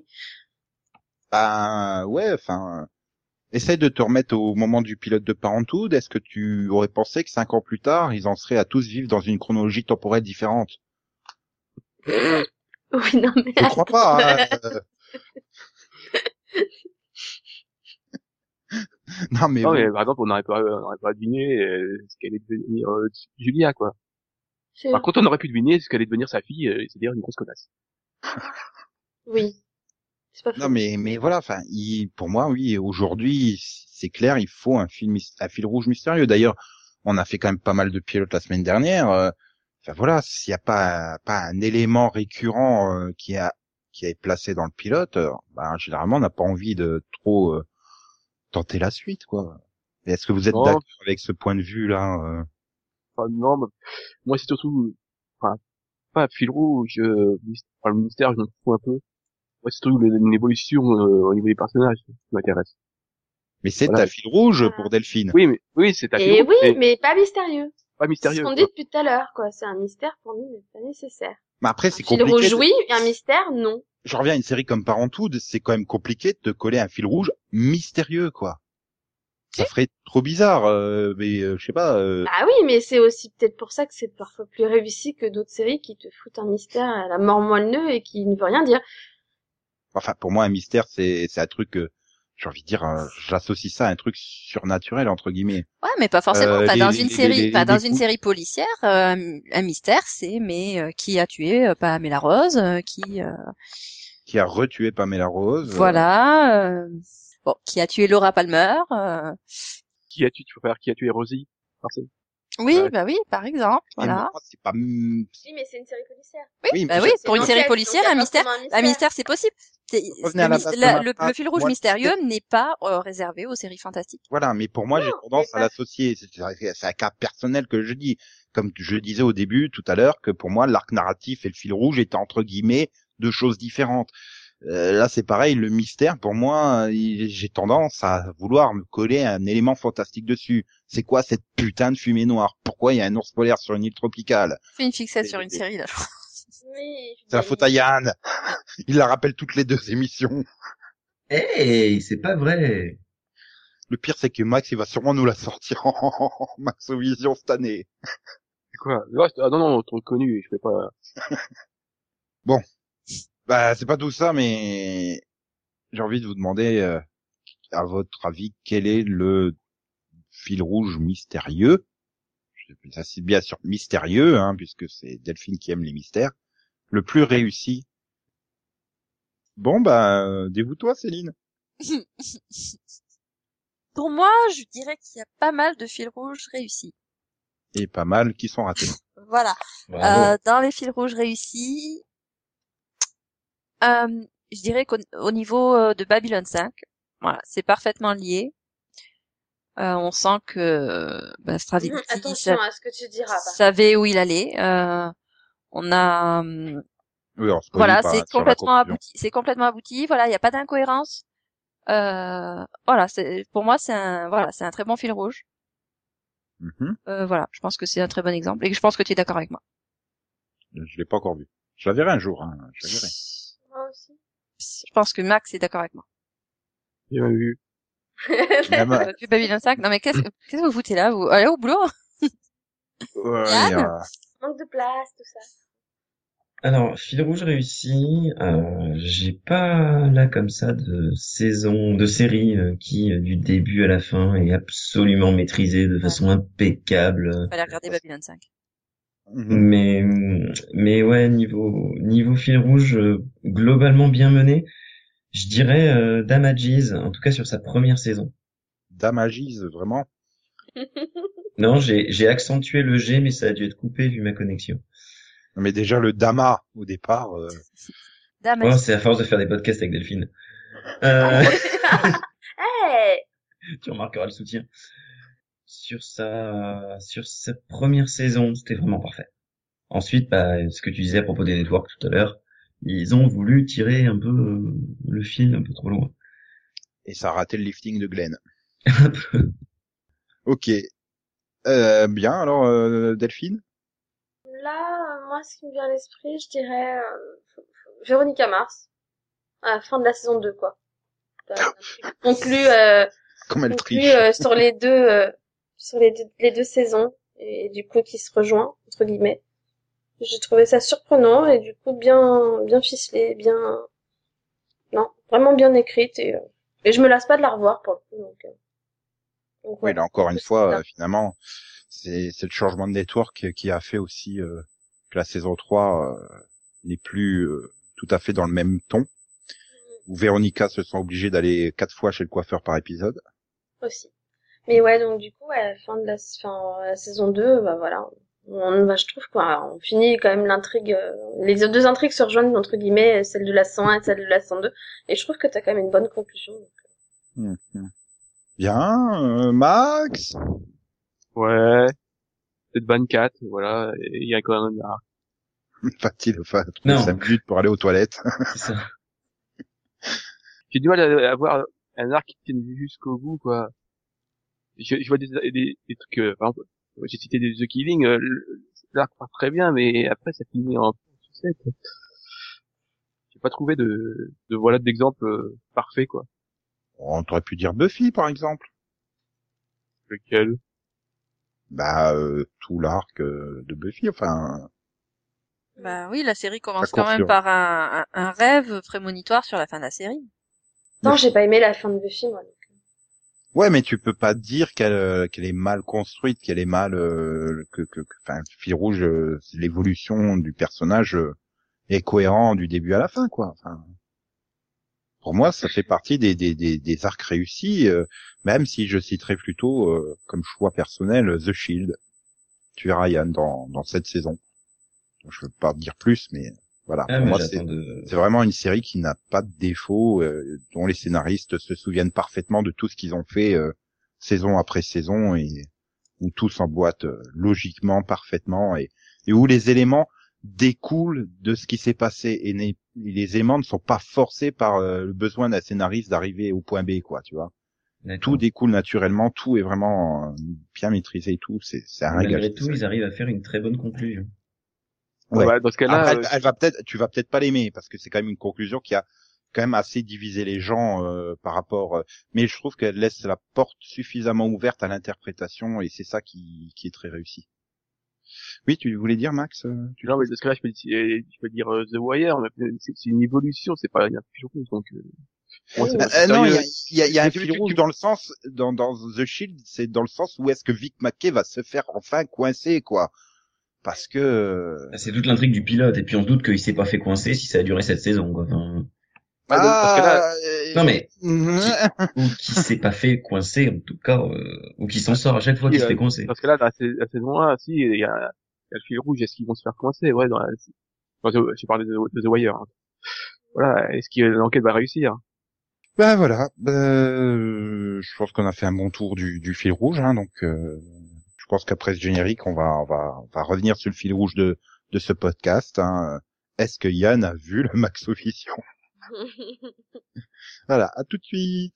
Ben ouais, enfin, essaye de te remettre au moment du pilote de Parenthood. Est-ce que tu aurais pensé que 5 ans plus tard, ils en seraient à tous vivre dans une chronologie temporelle différente? Oui, non mais. Je crois pas. Hein. Non mais par exemple, on n'aurait pas deviné ce qu'elle allait devenir Julia quoi. Par contre, on aurait pu deviner ce qu'elle allait devenir sa fille, c'est-à-dire une grosse connasse. Oui. C'est pas faux. Non mais voilà, enfin, pour moi oui, aujourd'hui, c'est clair, il faut un fil rouge mystérieux. D'ailleurs, on a fait quand même pas mal de pilotes la semaine dernière. Enfin voilà, s'il y a pas un élément récurrent qui est placé dans le pilote, généralement on n'a pas envie de trop tenter la suite quoi. Et est-ce que vous êtes d'accord avec ce point de vue là Enfin, non, moi c'est surtout, enfin, pas fil rouge, le mystère, je m'en fous un peu. Moi c'est surtout une évolution au niveau des personnages qui m'intéresse. Mais c'est ta fil rouge pour Delphine. Oui, c'est ta fil rouge. Mais pas mystérieux. Pas mystérieux. C'est ce qu'on dit depuis tout à l'heure, quoi. C'est un mystère pour nous, mais pas nécessaire. Mais après, c'est compliqué. Fil rouge, oui, un mystère, non. Je reviens à une série comme Parenthood, c'est quand même compliqué de te coller un fil rouge mystérieux, quoi. Ça ferait trop bizarre, mais je sais pas. Ah oui, mais c'est aussi peut-être pour ça que c'est parfois plus réussi que d'autres séries qui te foutent un mystère à la mort moelle-nœud et qui ne veut rien dire. Enfin, pour moi, un mystère, c'est un truc j'ai envie de dire, j'associe ça à un truc surnaturel entre guillemets. Ouais, mais pas forcément. Pas dans une série, pas dans une coups série policière. Un mystère, c'est mais qui a tué Pamela Rose, qui a retué Pamela Rose. Voilà. Bon, qui a tué Laura Palmer. Qui a tué, tu préfères qui a tué Rosie? Personne. Oui, Ouais. bah oui, par exemple. Et Voilà. moi, c'est pas. Oui, mais c'est une série policière. Oui, Oui, bah mais oui, je- pour une C'est série enquête, policière, donc il y a un mystère, forcément un mystère, c'est possible. Revenez à la base de ma Le phrase. fil rouge Moi, mystérieux n'est pas réservé aux séries fantastiques. Voilà, mais pour moi, j'ai Non, tendance mais à l'associer. C'est un cas personnel que je dis. Comme je disais au début, tout à l'heure, que pour moi, l'arc narratif et le fil rouge étaient entre guillemets deux choses différentes. Là, c'est pareil, le mystère, pour moi, j'ai tendance à vouloir me coller un élément fantastique dessus. C'est quoi cette putain de fumée noire? Pourquoi il y a un ours polaire sur une île tropicale? Fais une fixette sur une série, là. Oui, C'est la faute à Yann. Il la rappelle toutes les 2 émissions. Hey, c'est pas vrai. Le pire, c'est que Max, il va sûrement nous la sortir en Maxovision cette année. C'est quoi? Ouais, ah non, non, trop connu, je fais pas... Bah, c'est pas tout ça, mais j'ai envie de vous demander, à votre avis, quel est le fil rouge mystérieux? J'insiste bien sur mystérieux, hein, puisque c'est Delphine qui aime les mystères. Le plus réussi. Bon, bah, dévoue-toi, Céline. Pour moi, je dirais qu'il y a pas mal de fils rouges réussis. Et pas mal qui sont ratés. Voilà. Bravo. Dans les fils rouges réussis, je dirais qu'au niveau de Babylon 5, voilà, c'est parfaitement lié. On sent que Straczynski Attention à ce que tu diras. savait où il allait. On a Oui, alors, spoiler voilà, pas c'est sur la complètement conclusion. abouti. C'est complètement abouti. Voilà, il n'y a pas d'incohérence. Voilà, pour moi c'est un très bon fil rouge. Mhm. Voilà, je pense que c'est un très bon exemple et que je pense que tu es d'accord avec moi. Je l'ai pas encore vu. Je la verrai un jour, hein. Je la verrai. Moi aussi. Je pense que Max est d'accord avec moi. J'ai jamais vu. Même, Tu Babylon 5, non mais qu'est-ce que vous foutez là, vous? Allez au boulot. ouais, Yann Manque de place, tout ça. Alors, fil rouge réussi, j'ai pas là comme ça de saison, de série qui du début à la fin est absolument maîtrisée de façon impeccable. Fallait regarder Babylon 5. Mhm. Mais ouais, niveau fil rouge globalement bien mené, je dirais Damages, en tout cas sur sa première saison. Damagise, vraiment. Non, j'ai accentué le G, mais ça a dû être coupé vu ma connexion. Mais déjà, le Dama, au départ, Dame, Oh, c'est à force de faire des podcasts avec Delphine. Hey! Tu remarqueras le soutien. Sur sa première saison, c'était vraiment parfait. Ensuite, ce que tu disais à propos des networks tout à l'heure, ils ont voulu tirer un peu le fil un peu trop loin. et ça a raté le lifting de Glenn. Ok. Bien, alors, Delphine? Là, moi, ce qui me vient à l'esprit, je dirais Véronica Mars. À la fin de la saison 2, quoi. Conclu, Comme elle conclu triche. sur les deux saisons. Et du coup, qui se rejoint, entre guillemets. J'ai trouvé ça surprenant et du coup bien ficelé, non, vraiment bien écrite et je me lasse pas de la revoir pour le coup donc Oui, ouais. là, encore une C'est fois, bien. finalement, c'est le changement de network qui a fait aussi que la saison 3 n'est plus tout à fait dans le même ton. Où Véronica se sent obligée d'aller 4 fois chez le coiffeur par épisode. Aussi. Mais ouais, donc du coup, à la fin de la saison 2, bah voilà, je trouve quoi, on finit quand même l'intrigue, les deux intrigues se rejoignent entre guillemets, celle de la 101 et celle de la 102, et je trouve que t'as quand même une bonne conclusion. Donc. Mhm. Bien, Max? Ouais. Peut-être Ban 4, voilà. Et il y a quand même un arc. Va-t-il trouver Non. 5 minutes pour aller aux toilettes? C'est ça. J'ai du mal à avoir un arc qui tienne jusqu'au bout, quoi. Je vois des trucs, par exemple, j'ai cité des The Killing, l'arc part très bien, mais après ça finit en sucette. J'ai pas trouvé voilà d'exemple parfait, quoi. On aurait pu dire Buffy, par exemple. Lequel? Bah, tout l'arc de Buffy, enfin, Bah oui, la série commence Ça quand même confirme. par un rêve prémonitoire sur la fin de la série. Non, j'ai pas aimé la fin de Buffy, moi. Ouais, mais tu peux pas dire qu'elle est mal construite, qu'elle est mal enfin, le fil rouge, l'évolution du personnage est cohérent du début à la fin, quoi. Enfin, pour moi, ça fait partie des arcs réussis, même si je citerais plutôt comme choix personnel The Shield. Tu es Ryan dans cette saison. Je veux pas dire plus, mais voilà. Ah, Pour mais moi, j'attends de... c'est vraiment une série qui n'a pas de défaut, dont les scénaristes se souviennent parfaitement de tout ce qu'ils ont fait saison après saison et où tout s'emboîte logiquement, parfaitement et où les éléments découlent de ce qui s'est passé et les éléments ne sont pas forcés par le besoin d'un scénariste d'arriver au point B, quoi, tu vois. D'accord. Tout découle naturellement, tout est vraiment bien maîtrisé et tout, c'est un régal. Malgré tout, ils arrivent à faire une très bonne conclusion. Ouais. Bah, dans ce cas-là, Après, tu vas peut-être pas l'aimer parce que c'est quand même une conclusion qui a quand même assez divisé les gens par rapport. Mais je trouve qu'elle laisse la porte suffisamment ouverte à l'interprétation et c'est ça qui est très réussi. Oui, tu voulais dire Max non, mais dans ce cas-là, je peux dire The Wire, mais c'est une évolution, c'est pas une fil rouge, donc. Moi, non, il sérieux. y a un fil rouge dans le sens dans The Shield, c'est dans le sens où est-ce que Vic Mackey va se faire enfin coincer, quoi. Parce que C'est toute l'intrigue du pilote, et puis on se doute qu'il s'est pas fait coincer si ça a duré cette saison, quoi. Enfin... Parce que là, Non mais ou qui s'est pas fait coincer en tout cas, ou qui s'en sort à chaque fois qu'il se fait coincer. Parce que là, la saison 1, si, il y a le fil rouge, est-ce qu'ils vont se faire coincer? Ouais, je parlais de The Wire. Hein. Voilà, est-ce que l'enquête va réussir? Ben voilà, je pense qu'on a fait un bon tour du fil rouge, hein, donc je pense qu'après ce générique, on va revenir sur le fil rouge de ce podcast. Hein. Est-ce que Yann a vu le Max Vision? Voilà, à tout de suite.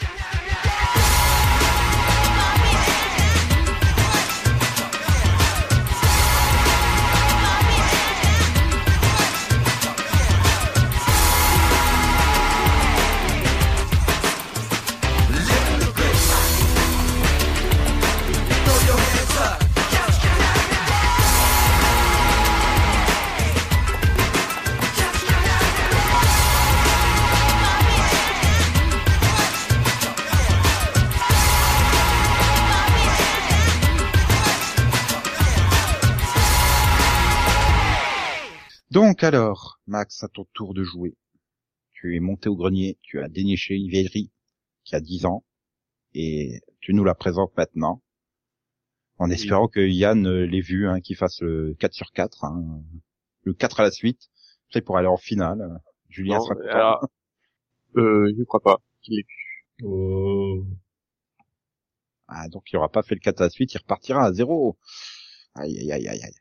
Donc alors, Max, à ton tour de jouer. Tu es monté au grenier, tu as déniché une vieillerie qui a 10 ans, et tu nous la présentes maintenant, en espérant que Yann l'ait vu, hein, qu'il fasse le 4 sur 4, hein, le 4 à la suite, c'est pour aller en finale. Julien sera content. Alors, je crois pas qu'il l'ait vu. Oh. Ah, donc il aura pas fait le 4 à la suite, il repartira à 0. Aïe, aïe, aïe, aïe, aïe.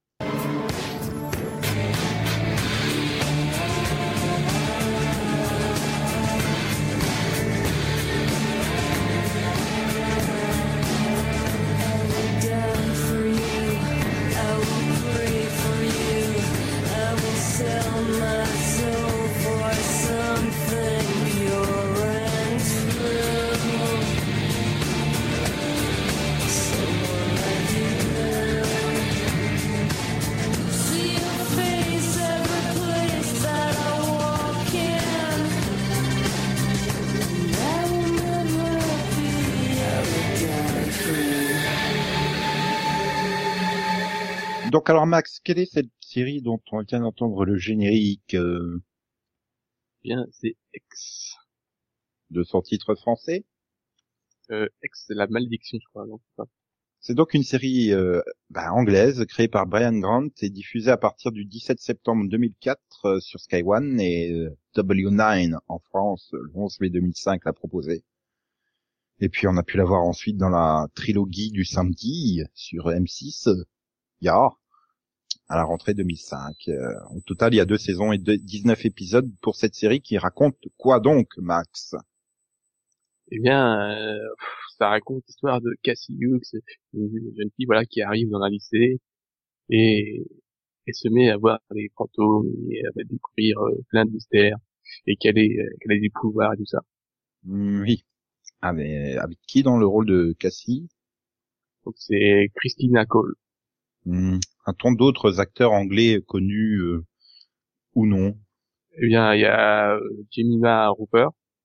Donc alors Max, quelle est cette série dont on vient d'entendre le générique Bien, c'est X. de son titre français? X, c'est la malédiction, je crois. Non, c'est pas. C'est donc une série anglaise créée par Brian Grant et diffusée à partir du 17 septembre 2004 sur Sky One et W9 en France le 11 mai 2005 l'a proposée. Et puis on a pu la voir ensuite dans la trilogie du samedi sur M6, à la rentrée 2005. Au total, il y a 2 saisons et 19 épisodes pour cette série qui raconte quoi donc, Max? Eh bien, ça raconte l'histoire de Cassie Hughes, une jeune fille, voilà, qui arrive dans un lycée et se met à voir des fantômes et à découvrir plein de mystères et qu'elle a des pouvoirs et tout ça. Oui. Ah, mais avec qui dans le rôle de Cassie? Donc c'est Christina Cole. A-t-on d'autres acteurs anglais connus ou non? Eh bien, il y a Jemima Rooper.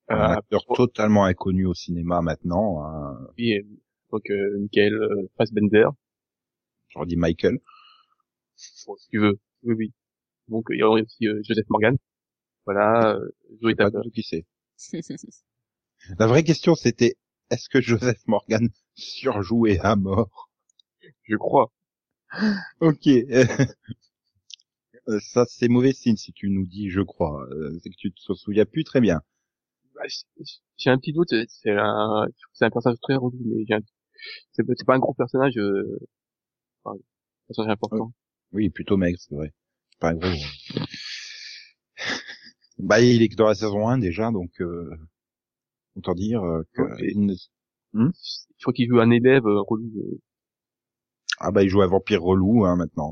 Un acteur totalement inconnu au cinéma maintenant, hein. Oui, donc Michael Fassbender. J'aurais dit Michael. Bon, si tu veux. Oui, oui. Donc il y a aussi Joseph Morgan. Voilà, Je Zoé sais pas Taber. du tout qui c'est. La vraie question c'était, est-ce que Joseph Morgan surjouait à mort? Je crois. Ok. Ça c'est mauvais signe si tu nous dis je crois. C'est que tu te souviens plus très bien. Bah, j'ai un petit doute, c'est un personnage très relou, mais c'est pas un gros personnage, enfin, un personnage important. Oui, plutôt maigre, c'est vrai. Pas un gros. Bah il est que dans la saison 1 déjà, donc autant dire que Ouais, Hmm. je crois qu'il joue un élève relou. Ah bah il joue un vampire relou hein, maintenant.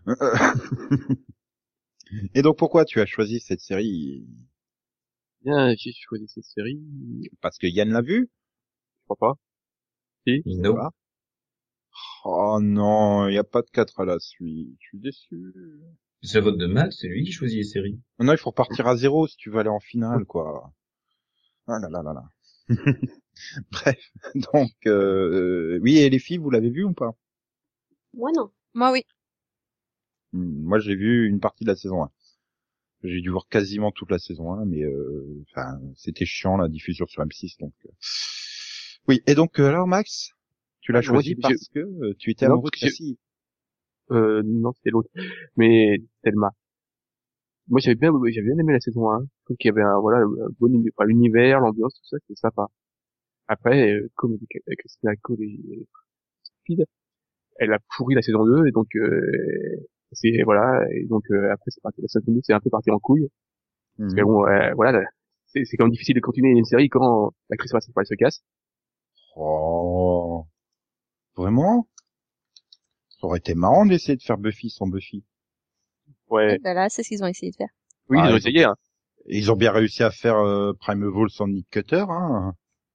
Et donc pourquoi tu as choisi cette série? Bien, j'ai choisi cette série, Parce que Yann l'a vu? je crois pas. Si. Je sais No. pas. Oh non, il y a pas de 4 à la suite. Je suis déçu. C'est le vote de Max, c'est lui qui choisit les séries. Maintenant il faut repartir à zéro si tu veux aller en finale quoi. Ah là là là là. Bref, donc oui et les filles vous l'avez vu ou pas? Moi non. Moi, oui. Moi j'ai vu une partie de la saison 1. J'ai dû voir quasiment toute la saison 1 mais enfin c'était chiant la diffusion sur M6 donc oui et donc alors Max tu l'as Ah, moi, choisi parce que tu étais Non, amoureux de parce que Cassie. non, c'était l'autre. Mais Thelma. Moi, j'avais bien aimé la saison 1. Je trouve qu'il y avait voilà, un bon enfin, l'univers, l'ambiance, tout ça, c'était sympa. Après, comme Christina Cole est stupide, elle a pourri la saison 2, et donc, voilà, et donc, après, c'est parti, la saison 2, c'est un peu parti en couille. Parce que Mhm. bon, voilà, c'est quand même difficile de continuer une série quand l'actrice principale se casse. Oh vraiment? Ça aurait été marrant d'essayer de faire Buffy sans Buffy. Ouais. Et ben là, c'est ce qu'ils ont essayé de faire. Oui, Ah, ils ont essayé, hein. ils ont bien réussi à faire Primeval sans Nick Cutter, hein.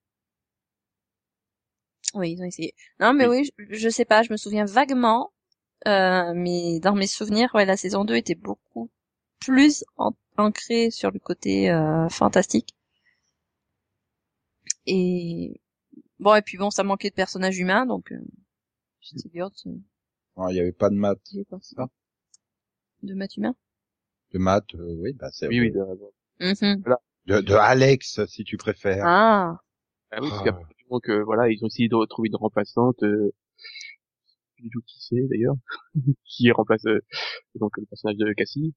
Oui, ils ont essayé. Non, mais Oui. oui, je sais pas, je me souviens vaguement, mais dans mes souvenirs, ouais, la saison 2 était beaucoup plus ancrée sur le côté fantastique. Et bon, et puis bon, ça manquait de personnages humains, donc j'étais dur Ah, il y avait pas de maths. Ça. de maths humain. De maths, oui, bah c'est Oui, oui, Mhm. de Alex si tu préfères. Ah, ah oui, parce Ah. qu'après, donc, voilà, ils ont essayé de retrouver une remplaçante, je sais plus du tout qui c'est, d'ailleurs, qui remplace, donc, le personnage de Cassie.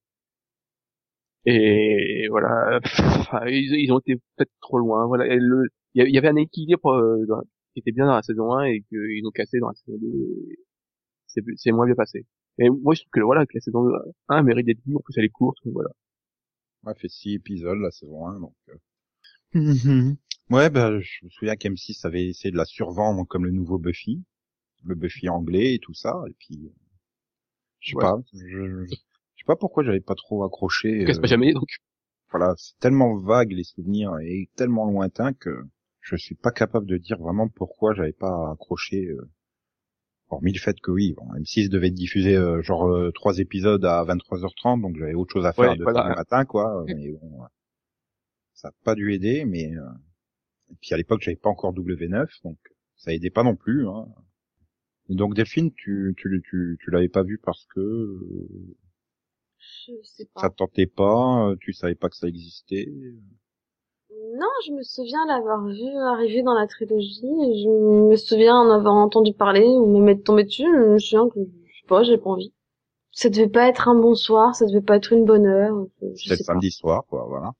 Et voilà, enfin, ils ont été peut-être trop loin. Voilà, il y avait un équilibre qui était bien dans la saison 1 et qu'ils ont cassé dans la saison 2. Et c'est moins bien passé. Et moi, je trouve que voilà, que la saison 1 mérite d'être vue. En plus, elle est courte. Donc voilà. Ouais, fait 6 épisodes la saison 1, donc. Mhm. Ouais, bah je me souviens qu'M6 avait essayé de la survendre comme le nouveau Buffy, le Buffy anglais et tout ça, et puis je sais Ouais. pas, je sais pas pourquoi j'avais pas trop accroché. On casse pas jamais, donc. Voilà, c'est tellement vague les souvenirs et tellement lointain que je suis pas capable de dire vraiment pourquoi j'avais pas accroché. Hormis le fait que oui, bon, M6 devait diffuser genre 3 épisodes à 23h30, donc j'avais autre chose à faire à Ouais, 2h du voilà. matin, quoi. Mais bon, ça a pas dû aider, mais et puis à l'époque j'avais pas encore W9, donc ça aidait pas non plus. Hein. Et donc Delphine, tu l'avais pas vu parce que Je sais ça pas. te tentait pas, tu savais pas que ça existait. Non, je me souviens l'avoir vu arriver dans la trilogie, et je me souviens en avoir entendu parler, ou même être tombé dessus, je me souviens que, je sais pas, j'ai pas envie. Ça devait pas être un bon soir, ça devait pas être une bonne heure, je C'était le sais pas. samedi soir, quoi, voilà.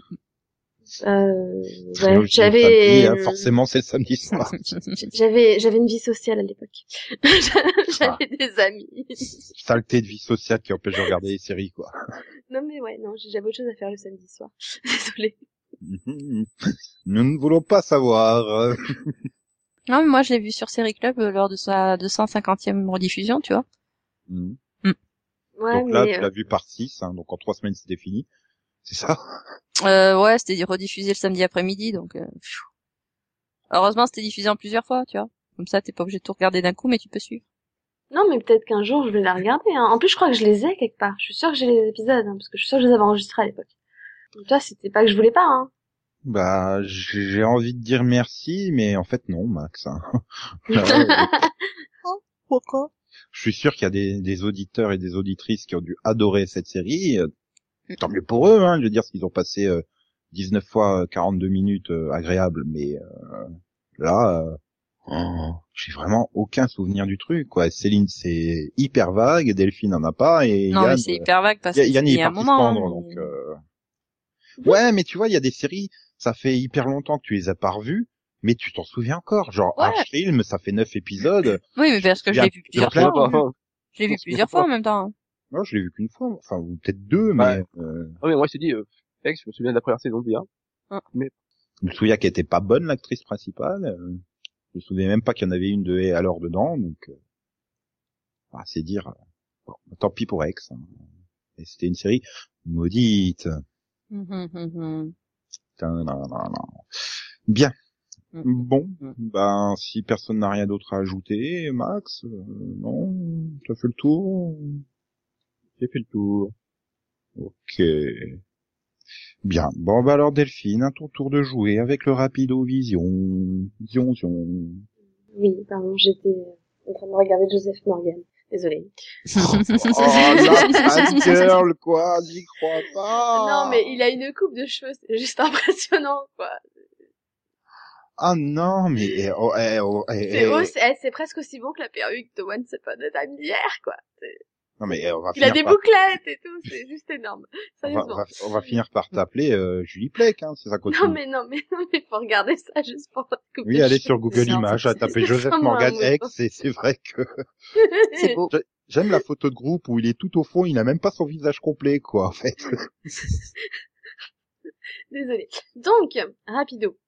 Ouais, Trilogie du samedi, hein, forcément c'est le samedi soir. j'avais une vie sociale à l'époque. Ah. J'avais des amis. Saleté de vie sociale qui empêche de regarder les séries, quoi. Non mais ouais, non, j'avais autre chose à faire le samedi soir. Désolée. Nous ne voulons pas savoir. non, mais moi je l'ai vu sur Série Club lors de sa 250e rediffusion, tu vois. Mhm. Ouais, Donc là, mais tu l'as vu par 6, hein, donc en 3 semaines c'était fini. C'est ça? Ouais, c'était rediffusé le samedi après-midi, donc pfiou. Heureusement c'était diffusé en plusieurs fois, tu vois. Comme ça, t'es pas obligé de tout regarder d'un coup, mais tu peux suivre. non, mais peut-être qu'un jour je vais la regarder. Hein. En plus, je crois que je les ai quelque part. Je suis sûre que j'ai les épisodes, hein, parce que je suis sûre que je les avais enregistrés à l'époque. Donc toi, c'était pas que je voulais pas. Hein. Bah, j'ai envie de dire merci, mais en fait non, Max. Hein. Pourquoi? Je suis sûr qu'il y a des auditeurs et des auditrices qui ont dû adorer cette série. Tant mieux pour eux, hein. Je veux dire, qu'ils ont passé 19 fois 42 minutes agréables, mais là, j'ai vraiment aucun souvenir du truc, quoi. Céline, c'est hyper vague, Delphine n'en a pas, et Non, Yann, mais c'est hyper vague parce que Yann, il il est y a un parti se moment. pendre, donc. Ouais, mais tu vois, il y a des séries, ça fait hyper longtemps que tu les as pas revues, mais tu t'en souviens encore. Genre Ouais. Archfilm, ça fait 9 épisodes. Oui, mais parce que je Il y a l'ai vu plusieurs plein fois. Pas. Je l'ai vu plusieurs fois en même temps. Non, je l'ai vu qu'une fois, enfin, ou peut-être deux, Ouais. mais Ah oui, moi, je t'ai dit, Fex, je me souviens de la première saison bien. je me souviens qu'elle était pas bonne, l'actrice principale. Je me souviens même pas qu'il y en avait une de alors dedans, donc c'est dire. Bon, tant pis pour Ex. Hein. Et c'était une série maudite. Bien. Bon, ben si personne n'a rien d'autre à ajouter, Max, non, tu as fait le tour. J'ai fait le tour. Ok. Bien. Bon, bah alors Delphine, à ton tour de jouer avec le Rapido Vision. Zion. Oui, pardon, j'étais en train de regarder Joseph Morgan. Désolée. Oh, la bad girl, quoi, j'y crois pas. Non, mais il a une coupe de cheveux, c'est juste impressionnant, quoi. Ah non, mais C'est presque aussi bon que la perruque de Once Upon a Time d'hier, quoi. non mais on va Il a finir des par bouclettes et tout, c'est juste énorme. on Sérieusement. va finir par t'appeler Julie Plec, hein, c'est ça continue. Non, mais faut regarder ça juste pour la coupe Oui, de allez cheveux. sur Google C'est Images, à taper Joseph vraiment Morgan un X, et c'est vrai que C'est beau. j'aime la photo de groupe où il est tout au fond, il a même pas son visage complet, quoi, en fait. Désolée. Donc, rapido.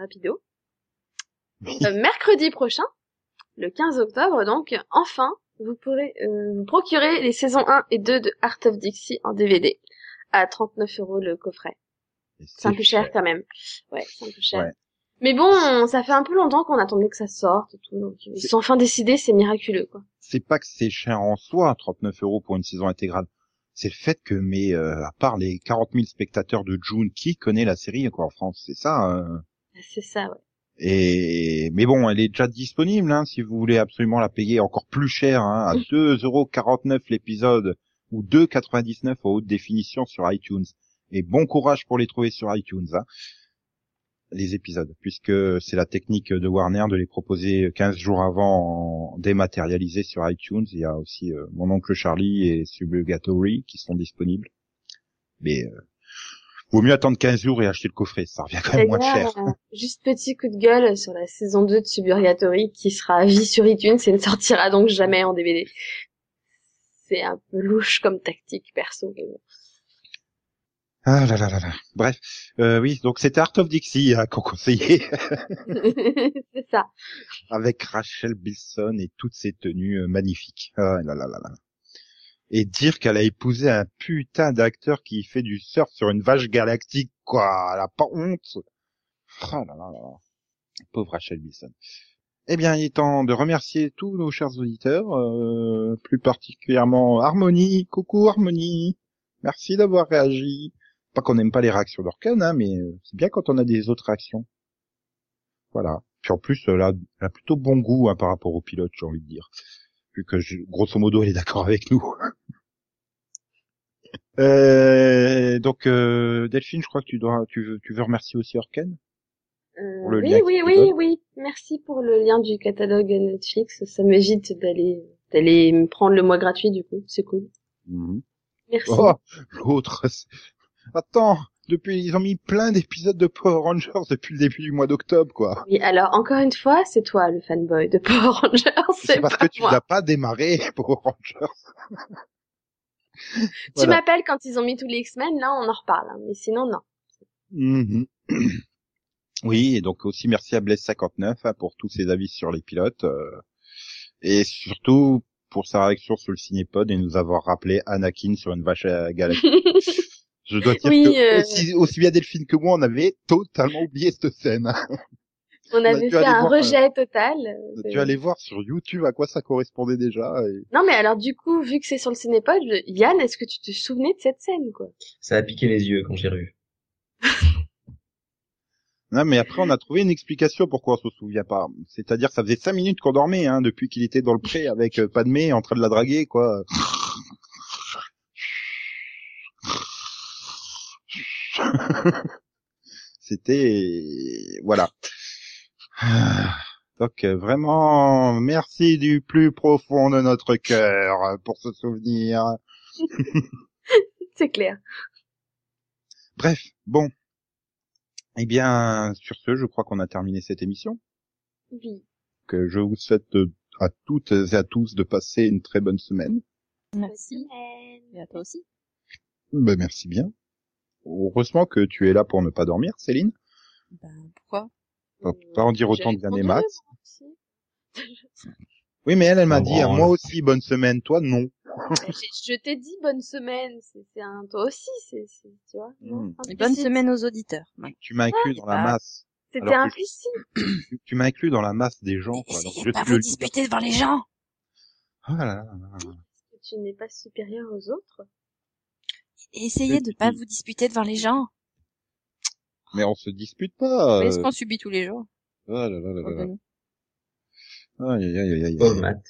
Mercredi prochain, le 15 octobre, donc, enfin, vous pourrez vous procurer les saisons 1 et 2 de Art of Dixie en DVD à 39 € le coffret. C'est un peu cher quand même. Ouais, c'est un peu cher. Ouais. Mais bon, ça fait un peu longtemps qu'on attendait que ça sorte et tout, donc ils sont enfin décidés, c'est miraculeux, quoi. C'est pas que c'est cher en soi, 39 € pour une saison intégrale. C'est le fait que, à part les 40 000 spectateurs de June, qui connaît la série, quoi, en France? C'est ça, C'est ça, ouais. mais bon, elle est déjà disponible, hein, si vous voulez absolument la payer encore plus cher, hein, à 2,49 € l'épisode, ou 2,99 € en haute définition sur iTunes. Et bon courage pour les trouver sur iTunes, hein, les épisodes, puisque c'est la technique de Warner de les proposer 15 jours avant en dématérialisé sur iTunes. Il y a aussi Mon Oncle Charlie et Suburgatory qui sont disponibles. Mais vaut mieux attendre 15 jours et acheter le coffret, ça revient quand même moins cher. Juste petit coup de gueule sur la saison 2 de Suburgatory qui sera à vie sur iTunes et ne sortira donc jamais en DVD. C'est un peu louche comme tactique perso, mais bon. Ah là là là là. Bref, oui, donc c'était Art of Dixie qu'on conseillait C'est ça. avec Rachel Bilson et toutes ses tenues magnifiques. Ah là là là là. Et dire qu'elle a épousé un putain d'acteur qui fait du surf sur une vache galactique, quoi. Elle a pas honte. Ah là là là là. Pauvre Rachel Bilson. Eh bien, il est temps de remercier tous nos chers auditeurs, plus particulièrement Harmonie. Coucou Harmonie. Merci d'avoir réagi. Pas qu'on n'aime pas les réactions d'Orkan, hein, mais c'est bien quand on a des autres réactions. Voilà. Puis en plus, là, elle a plutôt bon goût par rapport au pilote, j'ai envie de dire. Vu que, grosso modo, elle est d'accord avec nous. Donc, Delphine, je crois que tu veux remercier aussi Orkan pour le lien Oui. Merci pour le lien du catalogue Netflix. Ça m'évite d'aller me prendre le mois gratuit, du coup. C'est cool. Merci. Oh, l'autre. Attends, ils ont mis plein d'épisodes de Power Rangers depuis le début du mois d'octobre, quoi. Oui, alors, encore une fois, c'est toi le fanboy de Power Rangers, c'est parce pas que tu moi. n'as pas démarré Power Rangers. Tu m'appelles quand ils ont mis tous les X-Men, là, on en reparle, hein, mais sinon, non. Oui, et donc aussi merci à Blaise59 pour tous ses avis sur les pilotes, et surtout pour sa réaction sur le cinépod et nous avoir rappelé Anakin sur une vache galactique. Je dois dire que aussi bien Delphine que moi, on avait totalement oublié cette scène. On avait fait un rejet total. Tu allais voir sur YouTube à quoi ça correspondait déjà. Non, mais alors du coup, vu que c'est sur le Cinépod, Yann, est-ce que tu te souvenais de cette scène, quoi? Ça a piqué les yeux quand j'ai revu. Non, mais après, on a trouvé une explication pourquoi on se souvient pas. C'est-à-dire, ça faisait 5 minutes qu'on dormait, hein, depuis qu'il était dans le pré avec Padmé en train de la draguer, quoi. C'était, voilà. Donc, vraiment, merci du plus profond de notre cœur pour ce souvenir. C'est clair. Bref, bon. Eh bien, sur ce, je crois qu'on a terminé cette émission. Oui. Que je vous souhaite à toutes et à tous de passer une très bonne semaine. Merci. Et à toi aussi. Ben, merci bien. Heureusement que tu es là pour ne pas dormir, Céline. Ben, pourquoi? Pas en dire autant J'ai de bien des répondu, maths. moi aussi. Oui, mais elle m'a Oh, dit, à moi aussi, bonne semaine. Toi, non. Je t'ai dit bonne semaine. Toi aussi, tu vois. Non, Et bonne implicite. semaine aux auditeurs. Ouais. Tu m'as inclus dans la pas- masse. C'était Alors que implicite. tu m'as inclus dans la masse des gens, quoi. Donc, Essayez je de pas suis vous le disputer devant les gens. Ah là là là là. Que tu n'es pas supérieur aux autres. Essayez de pas vous disputer devant les gens. Mais on se dispute Vous pas. voyez ce qu'on subit tous les jours. Ah là là là là entre là. nous. Aïe aïe aïe aïe aïe. Oh, Matt.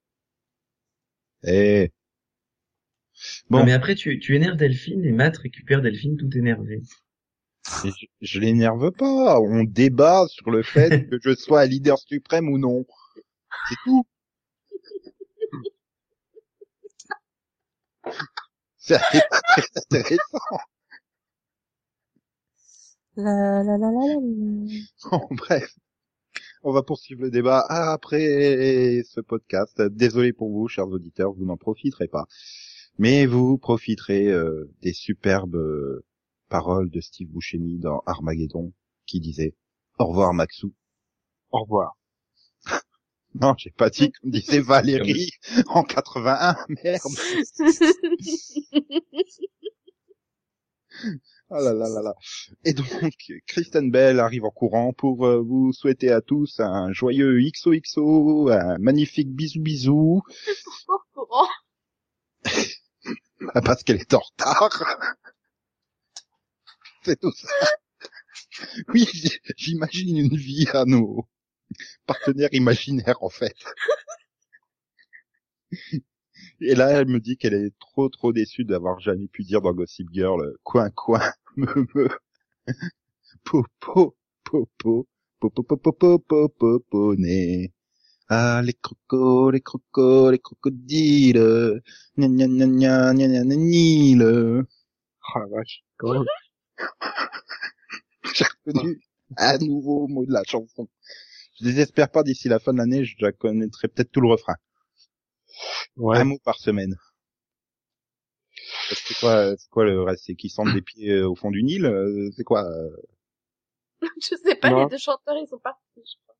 Eh. Bon. Non, mais après, tu énerves Delphine et Matt récupère Delphine tout énervée. Et je l'énerve pas. On débat sur le fait que je sois un leader suprême ou non. C'est tout. C'est pas très intéressant. La la la la la. Bon, bref. On va poursuivre le débat après ce podcast. Désolé pour vous, chers auditeurs, vous n'en profiterez pas. Mais vous profiterez des superbes paroles de Steve Buscemi dans Armageddon, qui disait « Au revoir, Maxou ». Au revoir. Non, j'ai pas dit qu'on disait Valérie en 81, merde. Ah là là là là. Et donc, Kristen Bell arrive en courant pour vous souhaiter à tous un joyeux XOXO, un magnifique bisou bisou, Au courant. parce qu'elle est en retard. C'est tout ça. Oui, j'imagine une vie à nos partenaires imaginaires, en fait. Et là, elle me dit qu'elle est trop déçue d'avoir jamais pu dire dans Gossip Girl, coin, me, popo, popo, popopopopopoponé. Ah, les crocodiles, gna gna gna gna gna gna gna gna. Oh la vache. Quand même. J'ai reconnu un nouveau mot de la chanson. Je désespère pas, d'ici la fin de l'année, je connaîtrai peut-être tout le refrain. Ouais. Un mot par semaine. C'est quoi le reste? C'est qu'ils sentent des pieds au fond du Nil? C'est quoi? Je sais pas, Non. les deux chanteurs, ils sont partis, je crois.